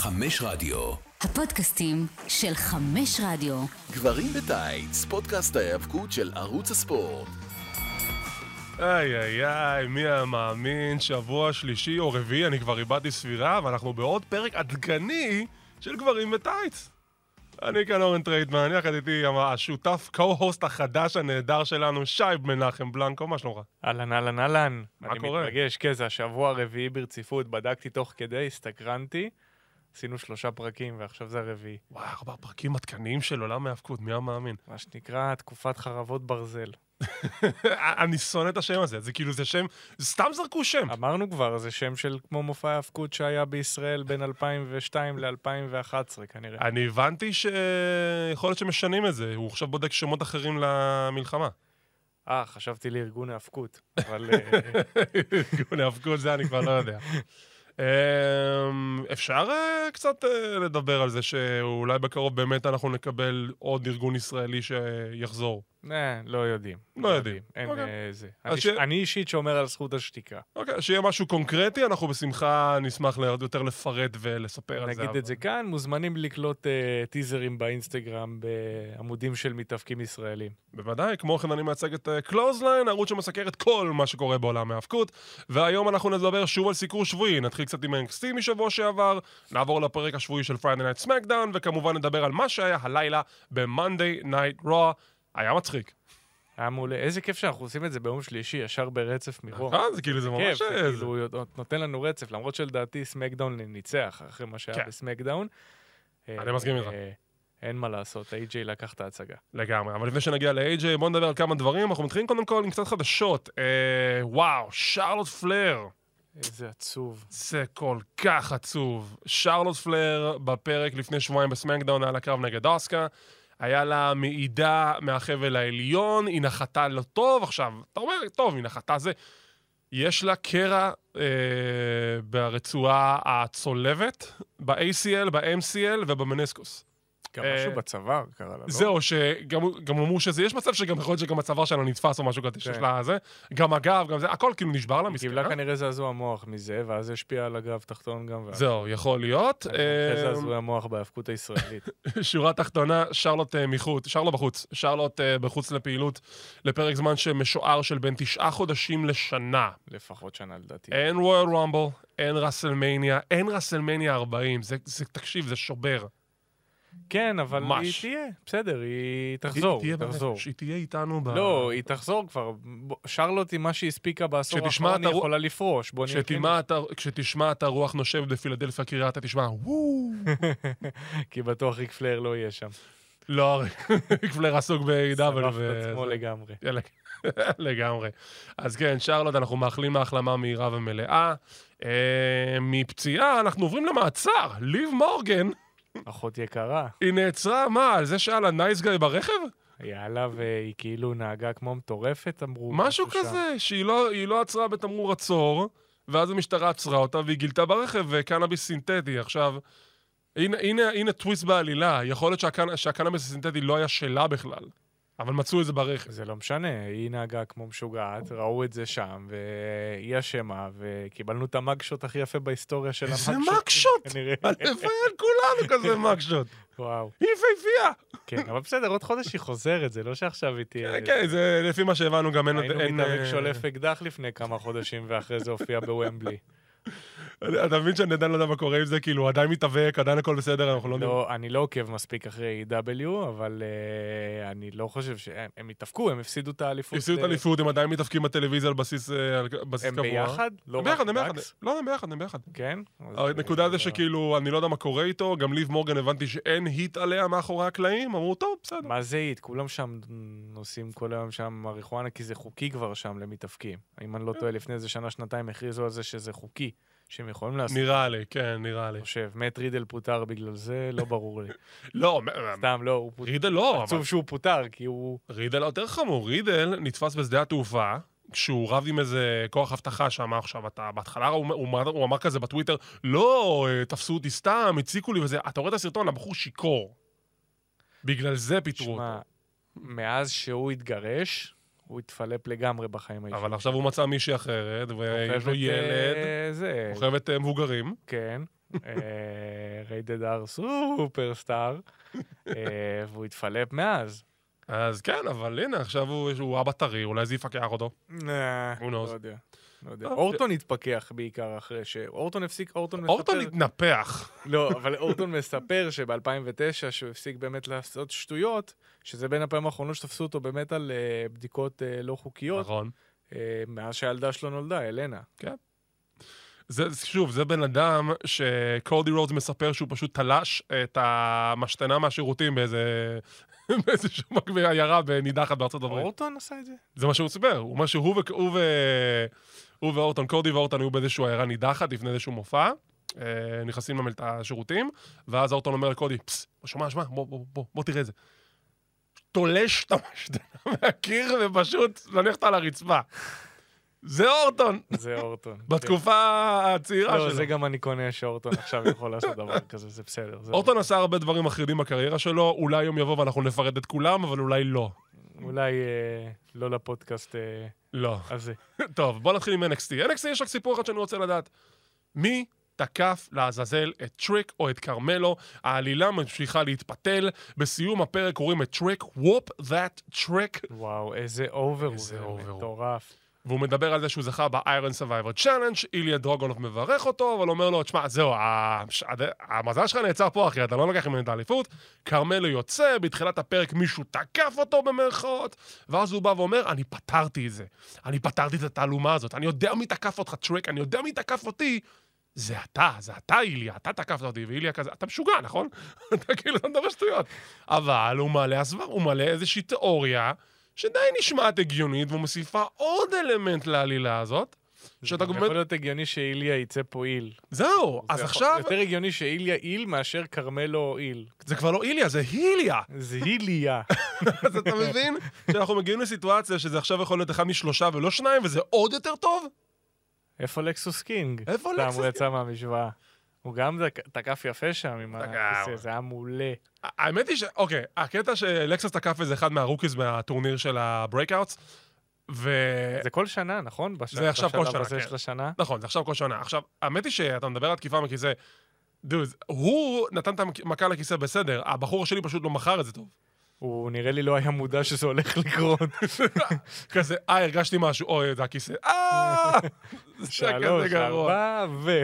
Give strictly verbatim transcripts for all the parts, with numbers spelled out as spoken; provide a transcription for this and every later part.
חמש רדיו. הפודקאסטים של חמש רדיו. גברים בטייץ, פודקאסט ההיאבקות של ערוץ הספורט. איי איי איי, מי המאמין, שבוע שלישי או רביעי, אני כבר איבדתי ספירה, ואנחנו בעוד פרק עדכני של גברים בטייץ. אני כאן אורן טריידמן, יחד איתי השותף, קו-הוסט החדש הנהדר שלנו, שי מנחם בלנקו, מה שלומך? אהלן, אהלן, אהלן. מה אני קורה? מתרגש, כן, זה השבוע הרביעי ברציפות, בדקתי תוך כדי, הסתקרנתי, עשינו שלושה פרקים ועכשיו זה הרביעי. וואי, ארבע פרקים עדכניים של עולם ההאבקות, מי המאמין? מה שנקרא תקופת חרבות ברזל. אני שונא את השם הזה, זה כאילו זה שם, סתם זרקו שם. אמרנו כבר, זה שם של כמו מופע ההאבקות שהיה בישראל בין אלפיים ושתיים ל-אלפיים ואחת עשרה כנראה. אני הבנתי שיכול להיות שמשנים את זה, הוא עכשיו בודק שמות אחרים למלחמה. אה, חשבתי לארגון ההאבקות, אבל... ארגון ההאבקות זה אני כבר לא יודע. אפשר קצת לדבר על זה שאולי בקרוב באמת אנחנו נקבל עוד ארגון ישראלי שיחזור? נה, לא יודעים. לא יודעים. אין זה. ש- אני אישית שומר על זכות השתיקה. אוקיי, שיהיה משהו קונקרטי, אנחנו בשמחה נשמח יותר לפרט ולספר על זה. נגיד את זה כאן, מוזמנים לקלוט uh, טיזרים באינסטגרם בעמודים של מתאבקים ישראלים. בוודאי, כמו כן אני מייצג את קלוזליין, ערוץ שמסקר את כל מה שקורה בעולם ההאבקות, והיום אנחנו נדבר שוב על סיקור שבועי, נתחיל קצת עם אן אקס טי משבוע שעבר, נעבור לפרק השבועי של Friday Night SmackDown, וכמובן נדבר על מה שהיה הלילה ב-Monday Night Raw. היה מצחיק. היה מעולה. איזה כיף שאנחנו עושים את זה ביום שלישי, ישר ברצף מרו. אה, זה כאילו, זה ממש... כיף, זה כאילו נותן לנו רצף, למרות שלדעתי סמקדאון ניצח אחרי מה שהיה בסמקדאון. אני מסכים איתך. אין מה לעשות, איי ג'יי לקח את ההצגה. לגמרי, אבל לפני שנגיע ל-איי ג'יי, בואו נדבר על כמה דברים. אנחנו מתחילים קודם כל עם קצת חדשות. וואו, שרלוט פלר. איזה עצוב. זה כל כך עצוב. שרלוט פלר בפרק לפני שבועיים בסמקדאון היה לה קרב נגד אוסקה. היה לה מעידה מהחבל העליון, היא נחתה לא טוב. עכשיו, אתה אומר, טוב, היא נחתה זה. יש לה קרע אה, ברצועה הצולבת, ב-איי סי אל, ב-אם סי אל ובמנסקוס. גם משהו בצוואר קרה לה, לא? זהו, שגם אמרו שזה, יש מצב שגם יכול להיות שגם הצוואר שלה נתפס או משהו כזה, שיש לה זה. גם הגב, גם זה, הכל כאילו נשבר לה, מסכנה. היא קיבלה כנראה זעזוע המוח מזה, ואז השפיע על הגב תחתון גם. זהו, יכול להיות. אחרי זעזוע המוח בהאבקות הישראלית. שורה תחתונה, שרלוט מחוץ, שרלוט בחוץ, שרלוט בחוץ לפעילות, לפרק זמן שמשוער של בין תשעה חודשים לשנה. לפחות שנה לדעתי. אין רויאל רומבל, אין רסלמניה, אין רסלמניה ארבעים, זה, זה, תקשיב, זה שובר. כן, אבל מש. היא תהיה, בסדר, היא תחזור, היא היא תחזור. שהיא תהיה איתנו ב... לא, היא תחזור כבר. שרלוט היא מה שהיא הספיקה בעשור האחרון, היא יכולה לפרוש. כשתשמע את הרוח נושבת בפילדלפיה קריאה, אתה תשמע, וואו. כי בטוח ריק פלר לא יהיה שם. לא, ריק פלר עסוק בעידה. שרף את עצמו לגמרי. לגמרי. אז כן, שרלוט, אנחנו מאחלים להחלמה מהירה ומלאה. מפציעה, אנחנו עוברים למעצר. ליב מורגן. אחות יקרה. היא נעצרה, מה? על זה שהיה לה נייס גאי ברכב? יאללה, והיא כאילו נהגה כמו מטורפת, אמרו. משהו כזה, שהיא לא, היא לא עצרה בתמרור עצור, ואז המשטרה עצרה אותה, והיא גילתה ברכב קנאביס סינתטי. עכשיו, הנה, הנה, הנה טוויסט בעלילה. יכול להיות שהקנ... שהקנאביס הסינתטי לא היה שלה בכלל. אבל מצאו את זה ברכב. זה לא משנה, היא נהגה כמו משוגעת, ראו את זה שם, והיא אשמה, וקיבלנו את המגשוט הכי יפה בהיסטוריה של המגשוט. איזה מגשוט? הלוואי על כולנו כזה מגשוט. וואו. היא יפהפייה. כן, אבל בסדר, עוד חודש היא חוזרת, זה לא שעכשיו היא תהיה... כן, זה לפי מה שהבנו גם אין... היינו מתאבק שולף אקדח לפני כמה חודשים, ואחרי זה הופיע בוומבלי. אתה מבין שאני עדיין לא יודע מה קורה עם זה, כאילו עדיין מתאבק, עדיין הכל בסדר, אנחנו לא... לא, אני לא עוקב מספיק אחרי איי דאבליו, אבל uh, אני לא חושב שהם הם התאבקו, הם הפסידו את האליפות. הפסידו את האליפות, הם עדיין מתאבקים בטלוויזיה על בסיס קבוע. הם ביחד? לא ביחד, הם ביחד. לא, הם ביחד, הם ביחד. כן? הנקודה זה שכאילו, אני לא יודע מה קורה איתו, גם ליב מורגן הבנתי שאין היט עליה מאחורי הקלעים, אמרו, טוב, בסדר. מה זה היט? כולם שם נוסעים כל היום שם מריחואנה, כי זה חוקי כבר שם למתאבקים. אם אני לא טועה, לפני איזה שנה, שנתיים הכריזו על זה שזה חוקי. שהם יכולים לעשות. נראה לי, כן, נראה לי. חושב, מאט רידל פוטר בגלל זה, לא ברור לי. לא, סתם, לא, הוא פוטר. רידל לא. עצוב שהוא פוטר, כי הוא... רידל יותר חמור, רידל נתפס בשדה התעופה, כשהוא רב עם איזה כוח הבטחה שאמר עכשיו, אתה בהתחלה הוא, הוא, הוא אמר כזה בטוויטר, לא, תפסו אותי סתם, הציקו לי וזה, אתה רואה את הסרטון, הבחור שיקור. בגלל זה פיטרו אותו. מאז שהוא התגרש, הוא התפלפ לגמרי בחיים האישיים. אבל עכשיו הוא מצא מישהי אחרת, ויש לו ילד, אוכבת מבוגרים. כן. ריידד אר סופרסטאר, והוא התפלפ מאז. אז כן, אבל הנה, עכשיו הוא אבא טרי, אולי זה יפקח אותו. לא יודע. אורטון התפקח בעיקר אחרי ש... אורטון הפסיק, אורטון מספר... אורטון התנפח. לא, אבל אורטון מספר שב-אלפיים ותשע שהוא הפסיק באמת לעשות שטויות, שזה בין הפעמים האחרונות שתפסו אותו באמת על בדיקות לא חוקיות. נכון. מאז שהילדה שלו נולדה, אלנה. כן. זה, שוב, זה בן אדם שקורדי רודס מספר שהוא פשוט תלש את המשתנה מהשירותים באיזה... באיזשהו מגביר עיירה בנידחת בארצות הברית. אורטון עשה את זה? זה מה שהוא סיפר. הוא אומר שהוא ו... הוא ו... הוא ואורטון, קורדי ואורטון היו באיזשהו עיירה נידחת לפני איזשהו מופע, נכנסים למלט השירותים, ואז אורטון אומר לקורדי, פס, שומע, שומע, בוא, בוא, בוא, בוא תראה את זה. תולש את המשתנה מהקיר ופשוט ללכת על הרצפה. זה אורטון. זה אורטון. בתקופה הצעירה שלו. לא, זה גם אני קונה שאורטון עכשיו יכול לעשות דבר כזה, זה בסדר. אורטון עשה הרבה דברים מחרידים בקריירה שלו, אולי יום יבוא ואנחנו נפרד את כולם, אבל אולי לא. אולי לא לפודקאסט לא. הזה. טוב, בוא נתחיל עם אן אקס טי. אן אקס טי יש רק סיפור אחד שאני רוצה לדעת. מי תקף לעזאזל את טריק או את קרמלו? העלילה ממשיכה להתפתל. בסיום הפרק קוראים את טריק, whoop that trick. וואו, איזה אובר הוא, איזה זה אובר הוא. מטורף. והוא מדבר על זה שהוא זכה ב-Iron Survivor Challenge, איליה דרוגונוב מברך אותו, אבל אומר לו, תשמע, זהו, המזל שלך נעצר פה, אחי, אתה לא לוקח ממנו את האליפות. קרמלו יוצא, בתחילת הפרק מישהו תקף אותו במרכאות, ואז הוא בא ואומר, אני פתרתי את זה. אני פתרתי את התעלומה הזאת. אני יודע מי תקף אותך, טריק, אני יודע מי תקף אותי. זה אתה, זה אתה, איליה, אתה תקפת אותי, ואיליה כזה, אתה משוגע, נכון? אתה כאילו, אתה מדבר שטויות. אבל הוא מעלה הסבר, הוא מעלה איזושהי תיאוריה, שדי נשמעת הגיונית, ומוסיפה עוד אלמנט לעלילה הזאת. זה יכול להיות הגיוני שאיליה יצא פה איל. זהו, אז עכשיו... יותר הגיוני שאיליה איל מאשר קרמלו איל. זה כבר לא איליה, זה היליה. זה היליה. אז אתה מבין שאנחנו מגיעים לסיטואציה שזה עכשיו יכול להיות אחד משלושה ולא שניים, וזה עוד יותר טוב? איפה לקסוס קינג? איפה לקסוס קינג? הוא יצא מהמשוואה. הוא גם תקף יפה שם עם הכיסא, זה היה מעולה. האמת היא ש... אוקיי, הקטע שלקסוס תקף איזה אחד מהרוקיז מהטורניר של הברייקאוטס, ו... זה כל שנה, נכון? זה עכשיו כל שנה, כן. השנה? נכון, זה עכשיו כל שנה. עכשיו, האמת היא שאתה מדבר על תקיפה מכיסא, דוד, הוא נתן את המכה לכיסא בסדר, הבחור שלי פשוט לא מכר את זה טוב. הוא נראה לי לא היה מודע שזה הולך לקרות. כזה, אה, הרגשתי משהו, אוי, זה הכיסא, אה! שלוש, ארבע, ו...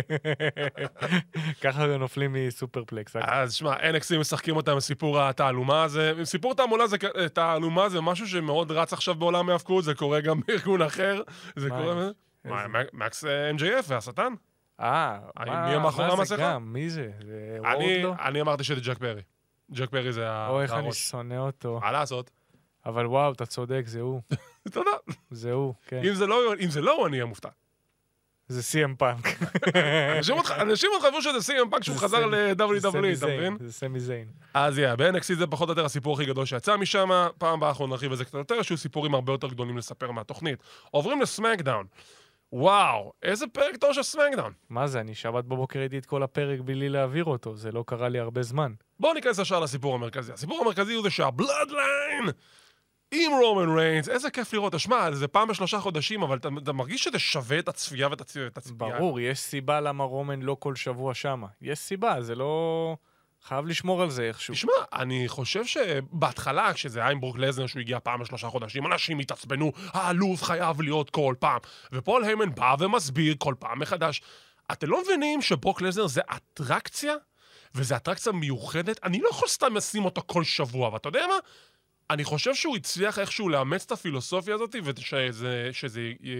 ככה נופלים מסופרפלקס. אז שמע, אן אקס טי משחקים אותם סיפור התעלומה הזה. סיפור תעלומה זה משהו שמאוד רץ עכשיו בעולם ההאבקות, זה קורה גם בארגון אחר. זה קורה... מקס אם ג'יי אף והשטן. אה, מה זה גם? מי זה? אני אמרתי שזה ג'ק פרי. ג'ק פרי זה הראש. אוי, איך אני שונא אותו. מה לעשות? אבל וואו, אתה צודק, זה הוא. תודה. זה הוא, כן. אם זה לא הוא, אני אהיה מופתע. זה סי אם פאנק. אנשים עוד חשבו שזה סי אם פאנק שהוא חזר ל-דאבליו דאבליו אי, אתה מבין? זה סמי זיין. אז יא, ב-אן אקס טי זה פחות או יותר הסיפור הכי גדול שיצא משם. פעם הבאה אנחנו נרחיב את זה קצת יותר, שהוא סיפורים הרבה יותר גדולים לספר מהתוכנית. עוברים לסמקדאון. וואו, איזה פרק טוב של סמקדאון. מה זה, אני שבת בבוקר ראיתי את כל הפרק בלי להעביר אותו, זה לא קרה לי הרבה זמן. בואו ניכנס ישר לסיפור המרכזי. הסיפור המרכזי הוא זה שהבלאדליין עם רומן ריינס, איזה כיף לראות. תשמע, זה פעם בשלושה חודשים, אבל אתה, אתה מרגיש שזה שווה את הצפייה ואת הציפייה. ברור, יש סיבה למה רומן לא כל שבוע שמה. יש סיבה, זה לא... חייב לשמור על זה איכשהו. תשמע, אני חושב שבהתחלה, כשזה היה עם ברוק לזנר, שהוא הגיע פעם בשלושה חודשים, אנשים התעצבנו, האלוף חייב להיות כל פעם. ופול היימן בא ומסביר כל פעם מחדש. אתם לא מבינים שברוק לזנר זה אטרקציה? וזה אטרקציה מיוחדת? אני לא יכול סתם לשים אותו כל שבוע, ואתה יודע מה? אני חושב שהוא הצליח איכשהו לאמץ את הפילוסופיה הזאת, ושזה שזה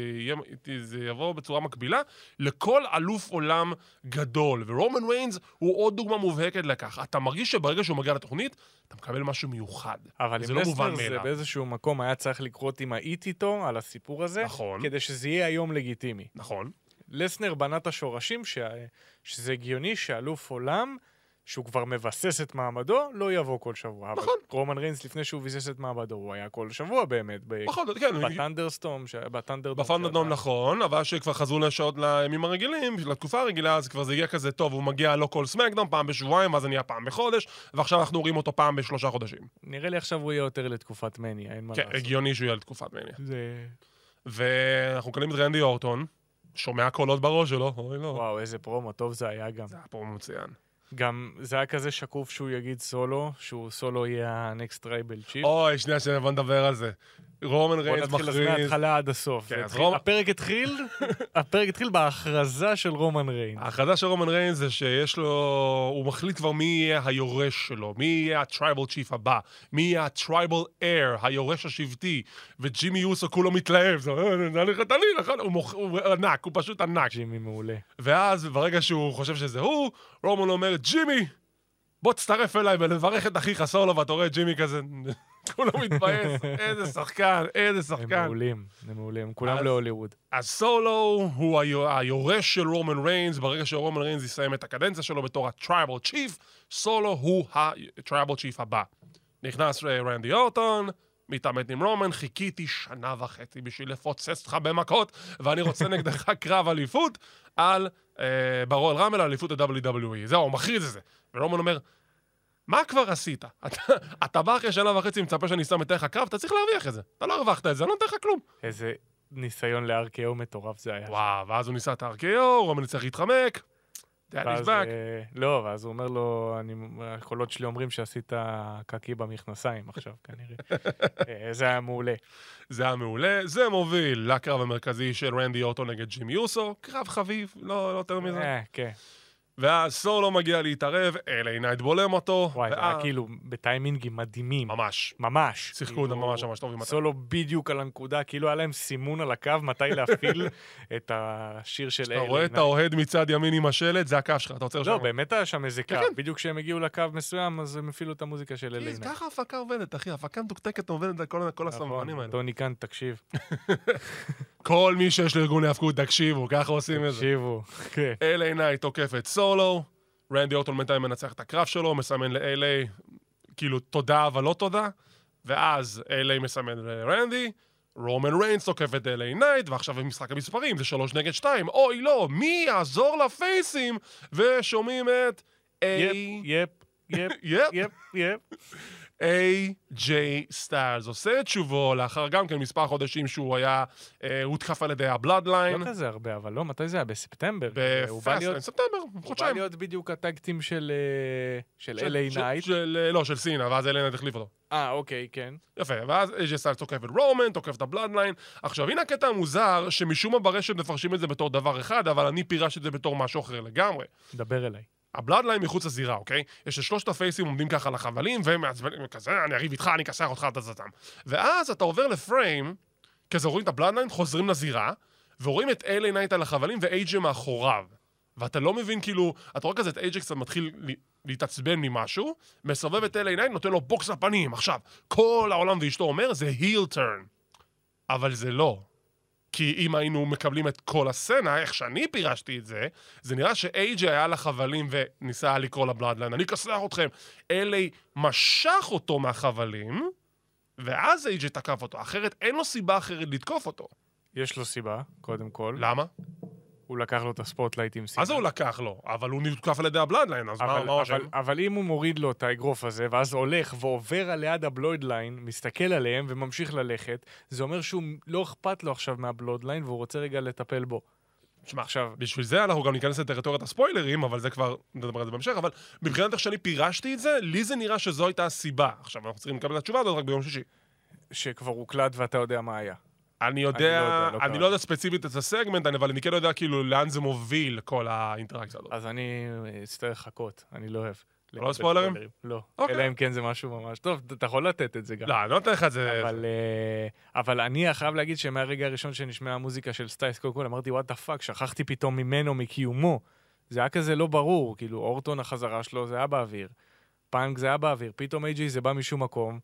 יבוא בצורה מקבילה לכל אלוף עולם גדול. ורומן ריינס הוא עוד דוגמה מובהקת לכך. אתה מרגיש שברגע שהוא מגיע לתוכנית, אתה מקבל משהו מיוחד. אבל עם לסנר זה באיזשהו מקום היה צריך לקרות עם האיט איתו על הסיפור הזה, נכון. כדי שזה יהיה היום לגיטימי. נכון. לסנר בנה את השורשים ש... שזה הגיוני שאלוף עולם שהוא כבר מבסס את מעמדו, לא יבוא כל שבוע. נכון. רומן ריינס, לפני שהוא ביסס את מעמדו, הוא היה כל שבוע באמת. נכון, כן. בטנדרסטום, בטנדרדום. בפנדרדום נכון, אבל שכבר חזרו לשעות לימים הרגילים, לתקופה הרגילה, אז כבר זה יהיה כזה טוב, הוא מגיע לא כל סמקדאון, פעם בשבועיים, אז אני אהיה פעם בחודש, ועכשיו אנחנו רואים אותו פעם בשלושה חודשים. נראה לי עכשיו הוא יהיה יותר לתקופת מניה, אין מה לעשות. כן, הגיוני שהוא יהיה לתקופת מניה. זה... ואנחנו קלים את רנדי אורטון, שומע קולות בראש שלו, אוי לא. וואו, איזה פרומו, טוב זה היה גם. זה היה פרומו מצוין. גם זה היה כזה שקוף שהוא יגיד סולו, שהוא סולו יהיה ה-next tribal chief. אוי, שנייה, שנייה, בוא נדבר על זה. רומן בוא ריינס נתחיל אז מכריז... מההתחלה עד הסוף. כן, זה אז התחיל- רומ- הפרק התחיל, הפרק התחיל בהכרזה של רומן ריינס. ההכרזה של רומן ריינס זה שיש לו... הוא מחליט כבר מי יהיה היורש שלו, מי יהיה הטרייבל צ'יף הבא, מי יהיה הטרייבל אייר, היורש השבטי, וג'ימי יוסו כולו מתלהב, זה זה הליך תלי, נכון? הוא מוכ- הוא ענק, הוא פשוט ענק. ג'ימי מעולה. ואז, ברגע שהוא חושב שזה הוא, רומן אומר, ג'ימי, בוא תצטרף אליי ולברך את אחיך סולו, ואתה רואה ג'ימי כזה, כולו מתבאס, איזה שחקן, איזה הם שחקן. מעולים, הם מעולים, הם כולם אז- להוליווד. אז סולו הוא היו- היורש של רומן ריינס, ברגע שרומן ריינס יסיים את הקדנציה שלו בתור הטרייבל צ'יף, סולו הוא הטרייבל צ'יף הבא. נכנס רנדי אורטון, מתעמת עם רומן, חיכיתי שנה וחצי בשביל לפוצץ אותך במכות, ואני רוצה נגדך קרב אליפות על אה, ברול רמבל, אליפות ה-דאבליו דאבליו אי. זהו, הוא מכריז את זה. ורומן אומר, מה כבר עשית? אתה, אתה בא אחרי שנה וחצי, מצפה שאני שם את לך קרב, אתה צריך להרוויח את זה. אתה לא הרווחת את זה, אני לא נותן לך כלום. איזה ניסיון לארקאו מטורף זה היה. וואו, ואז הוא ניסה את הארקיו, רומן צריך להתחמק. That is ואז, back. אה, לא, ואז הוא אומר לו, אני, הקולות שלי אומרים שעשית קקי במכנסיים עכשיו, כנראה. אה, זה היה מעולה. זה היה מעולה. זה מוביל לקרב המרכזי של רנדי אורטון נגד ג'ימי יוסו. קרב חביב, לא, לא יותר מזה. אה, כן. ואז סולו מגיע להתערב, אל איי נייט בולם אותו. וואי, זה ואז- היה כאילו בטיימינגים מדהימים. ממש. ממש. שיחקו כאילו, אותם ממש ממש טוב עם הטיימינג. סולו בדיוק על הנקודה, כאילו היה להם סימון על הקו, מתי להפעיל את השיר של אתה אייל רואה את נייט. האוהד מצד ימין עם השלט, זה הקו שלך, אתה עוצר שם. לא, באמת היה שם איזה קו. כן. בדיוק כשהם הגיעו לקו מסוים, אז הם הפעילו את המוזיקה של אייל כי נייט. ככה הפקה עובדת, אחי. הפקה מתוקתקת עובדת על כל- כל הסממנים האלה. טוני קאנט, תקשיב. כל מי שיש לו ארגון להפקות, תקשיבו, ככה עושים את זה. תקשיבו. כן. אל איי נייט תוקף את סולו, רנדי אורטון בינתיים מנצח את הקרב שלו, מסמן ל-אל איי, כאילו תודה אבל לא תודה, ואז אל איי מסמן לרנדי, רומן ריינס תוקף את אל איי נייט, ועכשיו במשחק המספרים זה שלוש נגד שתיים, אוי לא, מי יעזור לפייסים? ושומעים את איי... יפ, יפ, יפ. יפ, יפ. איי ג'יי סטיילס עושה את שובו לאחר גם כן מספר חודשים שהוא היה, אה, הותקף על ידי הבלאדליין. לא כזה הרבה, אבל לא, מתי זה היה? בספטמבר. הוא בא בפסט, להיות- ספטמבר, הוא בא חודשיים. להיות בדיוק הטקטים של אה, של של- אל איי של- נייט. של, אה, לא, של סינה, ואז אל איי נייט החליף אותו. אה, אוקיי, כן. יפה, ואז איי ג'יי סטיילס תוקף את רומן, תוקף את הבלאדליין. עכשיו, הנה הקטע המוזר, שמשום מה ברשת מפרשים את זה בתור דבר אחד, אבל אני פירשתי את זה בתור משהו אחר לגמרי. דבר אליי. הבלאדליין מחוץ לזירה, אוקיי? יש את שלושת הפייסים עומדים ככה על החבלים, ומעצבנים כזה, אני אריב איתך, אני אכסח אותך, תזזם. ואז אתה עובר לפריים, כזה רואים את הבלאדליין, חוזרים לזירה, ורואים את אל איי נייט על החבלים ואיי ג'יי מאחוריו. ואתה לא מבין, כאילו, אתה רואה כזה את איי ג'יי קצת מתחיל ל- להתעצבן ממשהו, מסובב את אל איי נייט, נותן לו בוקס לפנים. עכשיו, כל העולם ואשתו אומר, זה היל טרן. אבל זה לא. כי אם היינו מקבלים את כל הסצנה, איך שאני פירשתי את זה, זה נראה ש-איי ג'יי היה לחבלים וניסה לקרוא לבלאדליין, אני אכסח אתכם. אל איי משך אותו מהחבלים, ואז איי ג'יי תקף אותו. אחרת אין לו סיבה אחרת לתקוף אותו. יש לו סיבה, קודם כל. למה? הוא לקח לו את הספוטלייט עם סיבה. אז הוא לקח לו, אבל הוא נתקף על ידי הבלאדליין, אז מה אבל, מה הוא אבל, אשם? אבל אם הוא מוריד לו את האגרוף הזה, ואז הולך ועובר על ליד הבלודליין, מסתכל עליהם וממשיך ללכת, זה אומר שהוא לא אכפת לו עכשיו מהבלודליין, והוא רוצה רגע לטפל בו. תשמע, עכשיו, בשביל זה אנחנו גם ניכנס לטריטוריית הספוילרים, אבל זה כבר, נדבר על זה בהמשך, אבל מבחינת איך שאני פירשתי את זה, לי זה נראה שזו הייתה הסיבה. עכשיו, אנחנו צריכים לקבל את התשובה הזאת רק ביום שישי. שכבר הוקלט ואתה יודע מה היה. אני יודע, אני לא יודע, לא אני קראתי. לא יודע ספציפית את הסגמנט, אבל אני כן יודע כאילו לאן זה מוביל, כל האינטראקציה הזאת. אז אני אצטרך לחכות, אני לא אוהב. לא ספוילרים? לא. אוקיי. אלא אם כן זה משהו ממש טוב, אתה יכול לתת את זה גם. לא, אני לא נותן לך את זה. אבל, אה, אבל אני חייב להגיד שמהרגע הראשון שנשמעה המוזיקה של סטייס, קודם כל אמרתי, וואט דה פאק, שכחתי פתאום ממנו, מקיומו. זה היה כזה לא ברור, כאילו, אורטון החזרה שלו זה היה באוויר, פאנק זה היה באוויר, פתאום איי ג'יי זה בא משום מקום,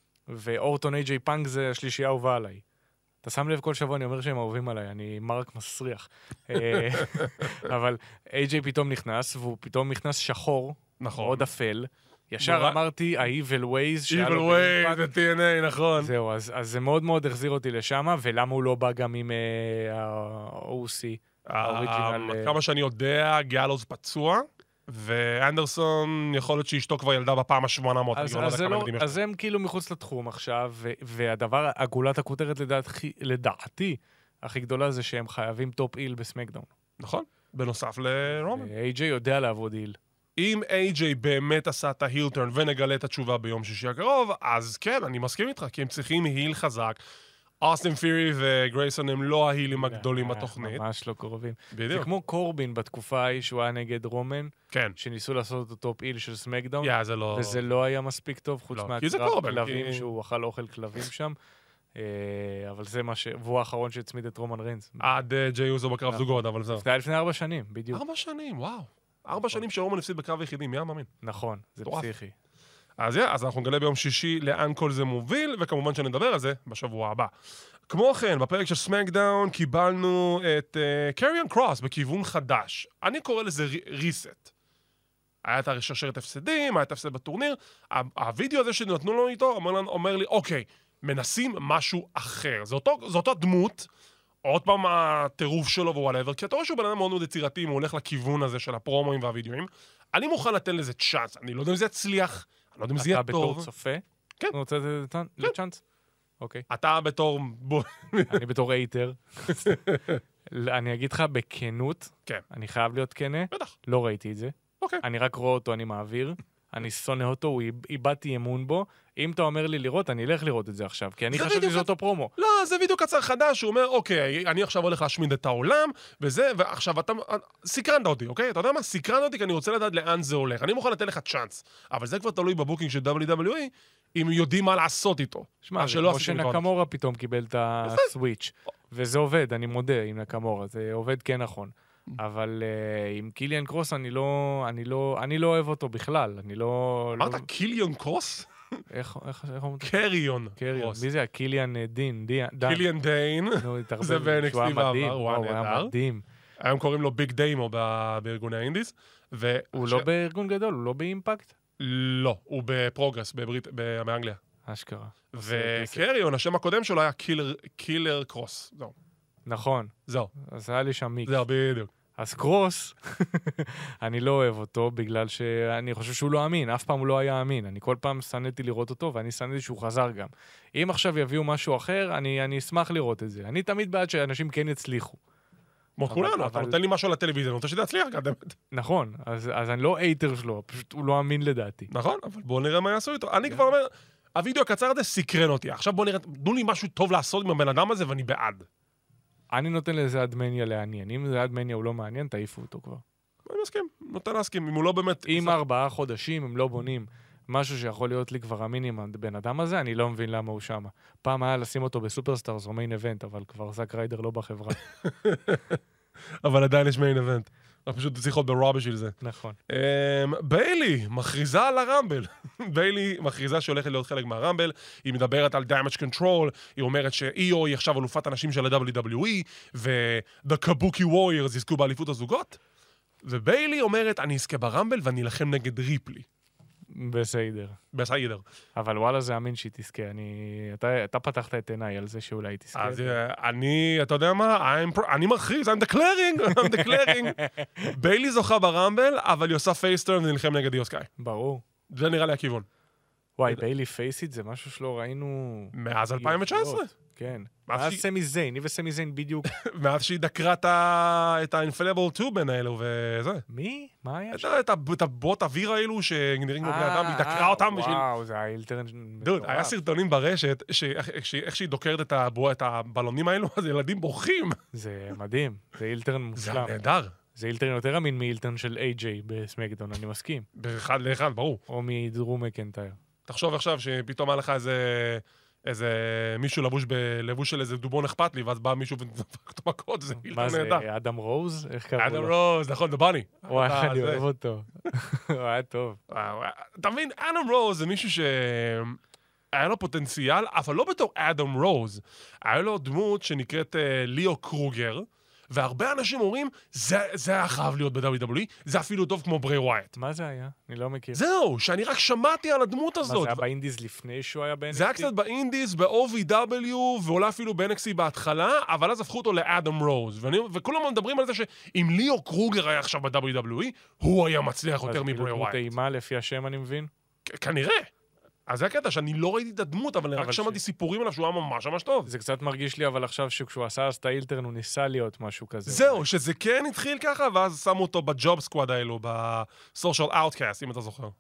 ואורטון איי ג'יי פאנק זה השלישייה האהובה עליי. אתה שם לב כל שבוע, אני אומר שהם אהובים עליי, אני מרק מסריח. אה, אבל איי ג'יי פתאום נכנס, והוא פתאום נכנס שחור, נכון. מאוד אפל. ישר נורא- ה-Evil Ways, שהיה Evil לו Way, באימפקט. זה טי אן איי, נכון. זהו, אז, אז זה מאוד מאוד החזיר אותי לשם, ולמה הוא לא בא גם עם ה-או סי, האוריג'ינל... אה, כמה שאני יודע, גלוז פצוע, ואנדרסון, יכול להיות שאשתו כבר ילדה בפעם ה-שמונה מאות. אז, אז, זה לא, אז הם כאילו מחוץ לתחום עכשיו, ו- והדבר, הגולת הכותרת לדעתי, לדעתי, הכי גדולה זה שהם חייבים טופ איל בסמקדאון. נכון, בנוסף לרומן. איי ג'יי יודע לעבוד איל. אם איי ג'יי באמת עשה את ההילטרן ונגלה את התשובה ביום שישי הקרוב, אז כן, אני מסכים איתך, כי הם צריכים היל חזק. אוסטין פירי וגרייסון הם לא ההילים הגדולים בתוכנית. ממש לא קרובים. בדיוק. זה כמו קורבין בתקופה ההיא שהוא היה נגד רומן, כן. שניסו לעשות אותו טופ איל של סמקדאון, יא, זה לא... וזה לא היה מספיק טוב, חוץ לא, כי זה מהקרב קורבין, כלבים כי- שהוא אכל אוכל כלבים שם. אה, אבל זה מה ש... והוא האחרון שהצמיד את רומן ריינס. עד אה, ג'יי אוזו בקרב זוגות, אבל זהו. זה היה לפני ארבע שנים, בדיוק. ארבע שנים, וואו. ארבע שנים שרומן הפסיד בקרב היחידים, מי היה מאמין? נכון, זה מטורף. פסיכי. אז יא, אז אנחנו נגלה ביום שישי לאן כל זה מוביל, וכמובן שנדבר על זה בשבוע הבא. כמו כן, בפרק של סמקדאון קיבלנו את קריון uh, קרוס בכיוון חדש. אני קורא לזה ריסט. היה את השרשרת הפסדים, היה את הפסד בטורניר. ה- הווידאו הזה שנתנו לו איתו אומר, לנו, אומר לי, אוקיי, מנסים משהו אחר. זה אותו, זה אותו דמות, עוד פעם הטירוף שלו ווואלאבר, כי אתה רואה שהוא בן אדם מאוד מאוד יצירתי, הוא הולך לכיוון הזה של הפרומואים והווידאוים. אני מוכן לתת לזה צ'אנס. אני לא יודע אם זה יצליח, אני לא יודע אם זה יהיה אתה טוב. בתור צופה? כן. אתה רוצה לתת לצ'אנס? אוקיי. אתה בתור... בוא- אני בתור אייטר. אני אגיד לך בכנות, כן. אני חייב להיות כנה, בטח. לא ראיתי את זה. אוקיי. אני רק רואה אותו, אני מעביר. אני שונא אותו, הוא איב- איבדתי אמון בו. אם אתה אומר לי לראות, אני אלך לראות את זה עכשיו, כי אני זה חשבתי בדיוק שזה אותו פרומו. לא, זה וידאו קצר חדש, הוא אומר, אוקיי, אני עכשיו הולך להשמיד את העולם, וזה, ועכשיו אתה... סקרנת אותי, אוקיי? אתה יודע מה? סקרנת אותי כי אני רוצה לדעת לאן זה הולך. אני מוכן לתת לך צ'אנס. אבל זה כבר תלוי בבוקינג של דאבליו דאבליו איי, אם יודעים מה לעשות איתו. שמע, מה זה שלא כמו עשיתם איתו. שנקמורה פתאום קיבל את הסוויץ'. וזה עובד, אני מודה, עם נקמורה, זה עובד כן נכון. אבל uh, עם קיליאן קרוס אני לא, אני לא, אני לא אוהב אותו בכלל, אני לא... אמרת לא... קיליון קרוס? איך, איך, איך אומרים? קריון קריון. קרוס. מי זה? קיליאן אה, דין, דין. דן. קיליאן דיין. נו, התערבב. זה ב-אן אקס שהוא טי היה מדהים. בעבר, הוא וואו, היה היה נהדר. מדהים. היום קוראים לו ביג דיימו ב- בארגוני האינדיס. ו- הוא ש- לא בארגון גדול, הוא לא באימפקט? לא, הוא בפרוגרס, בברית, ב- באנגליה. אשכרה. וקריון, השם הקודם שלו היה קילר, קילר קרוס. זהו. נכון, זהו. אז היה לי שם מיקס. זהו, בדיוק. אז קרוס, אני לא אוהב אותו בגלל שאני חושב שהוא לא אמין, אף פעם הוא לא היה אמין. אני כל פעם שנאתי לראות אותו, ואני שנאתי שהוא חזר גם. אם עכשיו יביאו משהו אחר, אני, אני אשמח לראות את זה. אני תמיד בעד שאנשים כן יצליחו. כמו אבל- כולנו, אתה אבל- נותן לי משהו על הטלוויזיה, אני רוצה שזה יצליח, גם, נכון, אז, אז אני לא אייטר שלו, פשוט הוא לא אמין לדעתי. נכון, אבל בואו נראה מה יעשו איתו. אני כבר אומר, הווידאו הקצר הזה סקרן אותי. עכשיו בואו נראה, תנו לי משהו טוב לעשות עם הבן אדם הזה, ואני בעד. אני נותן לזה אדמניה לעניין. אם זה אדמניה הוא לא מעניין, תעיפו אותו כבר. אני מסכים, נותן להסכים, אם הוא לא באמת... אם ארבעה חודשים הם לא בונים משהו שיכול להיות לי כבר אמין עם הבן אדם הזה, אני לא מבין למה הוא שם. פעם היה לשים אותו בסופרסטארס או מיין איבנט, אבל כבר זק ריידר לא בחברה. אבל עדיין יש מיין איבנט. אנחנו פשוט צריך להיות ברוע בשביל זה. נכון. Um, ביילי מכריזה על הרמבל. ביילי מכריזה שהולכת להיות חלק מהרמבל. היא מדברת על damage control. היא אומרת ש-אי או היא עכשיו אלופת הנשים של ה-דאבליו דאבליו איי, ו-The Kabuki Warriors יזכו באליפות הזוגות. וביילי אומרת, אני אזכה ברמבל ואני אלחם נגד ריפלי. בסדר. בסיידר. אבל וואלה זה אמין שהיא תזכה. אני... אתה, אתה פתחת את עיניי על זה שאולי היא תזכה. אז אה, אני, אתה יודע מה? I'm pro- אני מכריז, I'm declaring, I'm declaring. ביילי זוכה ברמבל, אבל היא עושה פייסטרן ונלחם נגד איו סקאי. ברור. זה נראה לי הכיוון. וואי, ביילי פייסיט זה משהו שלא ראינו... מאז אלפיים תשע עשרה. כן. מאז מאז שהיא- סמי זיין, היא וסמי זיין בדיוק. מאז שהיא דקרה את ה- את ה-inflatable tube האלו וזה. מי? מה היה את שם? ה- את ה- את הבוט אוויר האלו שנראים כמו בני אדם, והיא דקרה אה, אותם בשביל... וואו, זה היה אילטרן דוד, מטורף. היה סרטונים ברשת, שאיך- איך שהיא- איך שהיא דוקרת את הבו- את הבלונים האלו, אז ילדים בורחים. זה מדהים, זה אילטרן זה מושלם. נהדר. זה אילטרן יותר אמין מאילטרן של איי ג'יי בסמקדאון, אני מסכים. באחד לאחד, ברור. או מדרו מקנטייר. תחשוב עכשיו שפתאום היה לך איזה... איזה מישהו לבוש בלבוש של איזה דובון אכפת לי, ואז בא מישהו ודפק אותו מכות, זה אילטרן מה זה, נהדר. אדם רוז? איך קראו אדם לו? רוז, נכון, זה בני. וואי, איך אתה- אני זה- אוהב אותו. הוא היה טוב. וואו, אתה מבין, אדם רוז זה מישהו שהיה לו פוטנציאל, אבל לא בתור אדם רוז. היה לו דמות שנקראת אה, ליאו קרוגר, והרבה אנשים אומרים, זה, זה היה חייב להיות ב-דאבליו דאבליו איי, זה אפילו טוב כמו ברי ווייט. מה זה היה? אני לא מכיר. זהו, שאני רק שמעתי על הדמות מה הזאת. זה היה באינדיז לפני שהוא היה ב-אן אקס טי? זה היה קצת באינדיס, ב-או וי דאבליו, ואולי אפילו ב-אן אקס טי בהתחלה, אבל אז הפכו אותו לאדם רוז. ואני, וכולם מדברים על זה שאם ליאו קרוגר היה עכשיו ב-דאבליו דאבליו איי, הוא היה מצליח יותר אז כאילו מברי דמות ווייט. אימה לפי השם אני מבין? כ- כנראה. אז זה הקטע שאני לא ראיתי את הדמות, אבל רק שמעתי סיפורים עליו שהוא היה ממש ממש טוב. זה קצת מרגיש לי, אבל עכשיו שכשהוא עשה אז את האילטרן, הוא ניסה להיות משהו כזה. זהו, שזה כן התחיל ככה, ואז שמו אותו בג'וב סקוואד האלו, בסושיאל אאוטקאסט, אם אתה זוכר.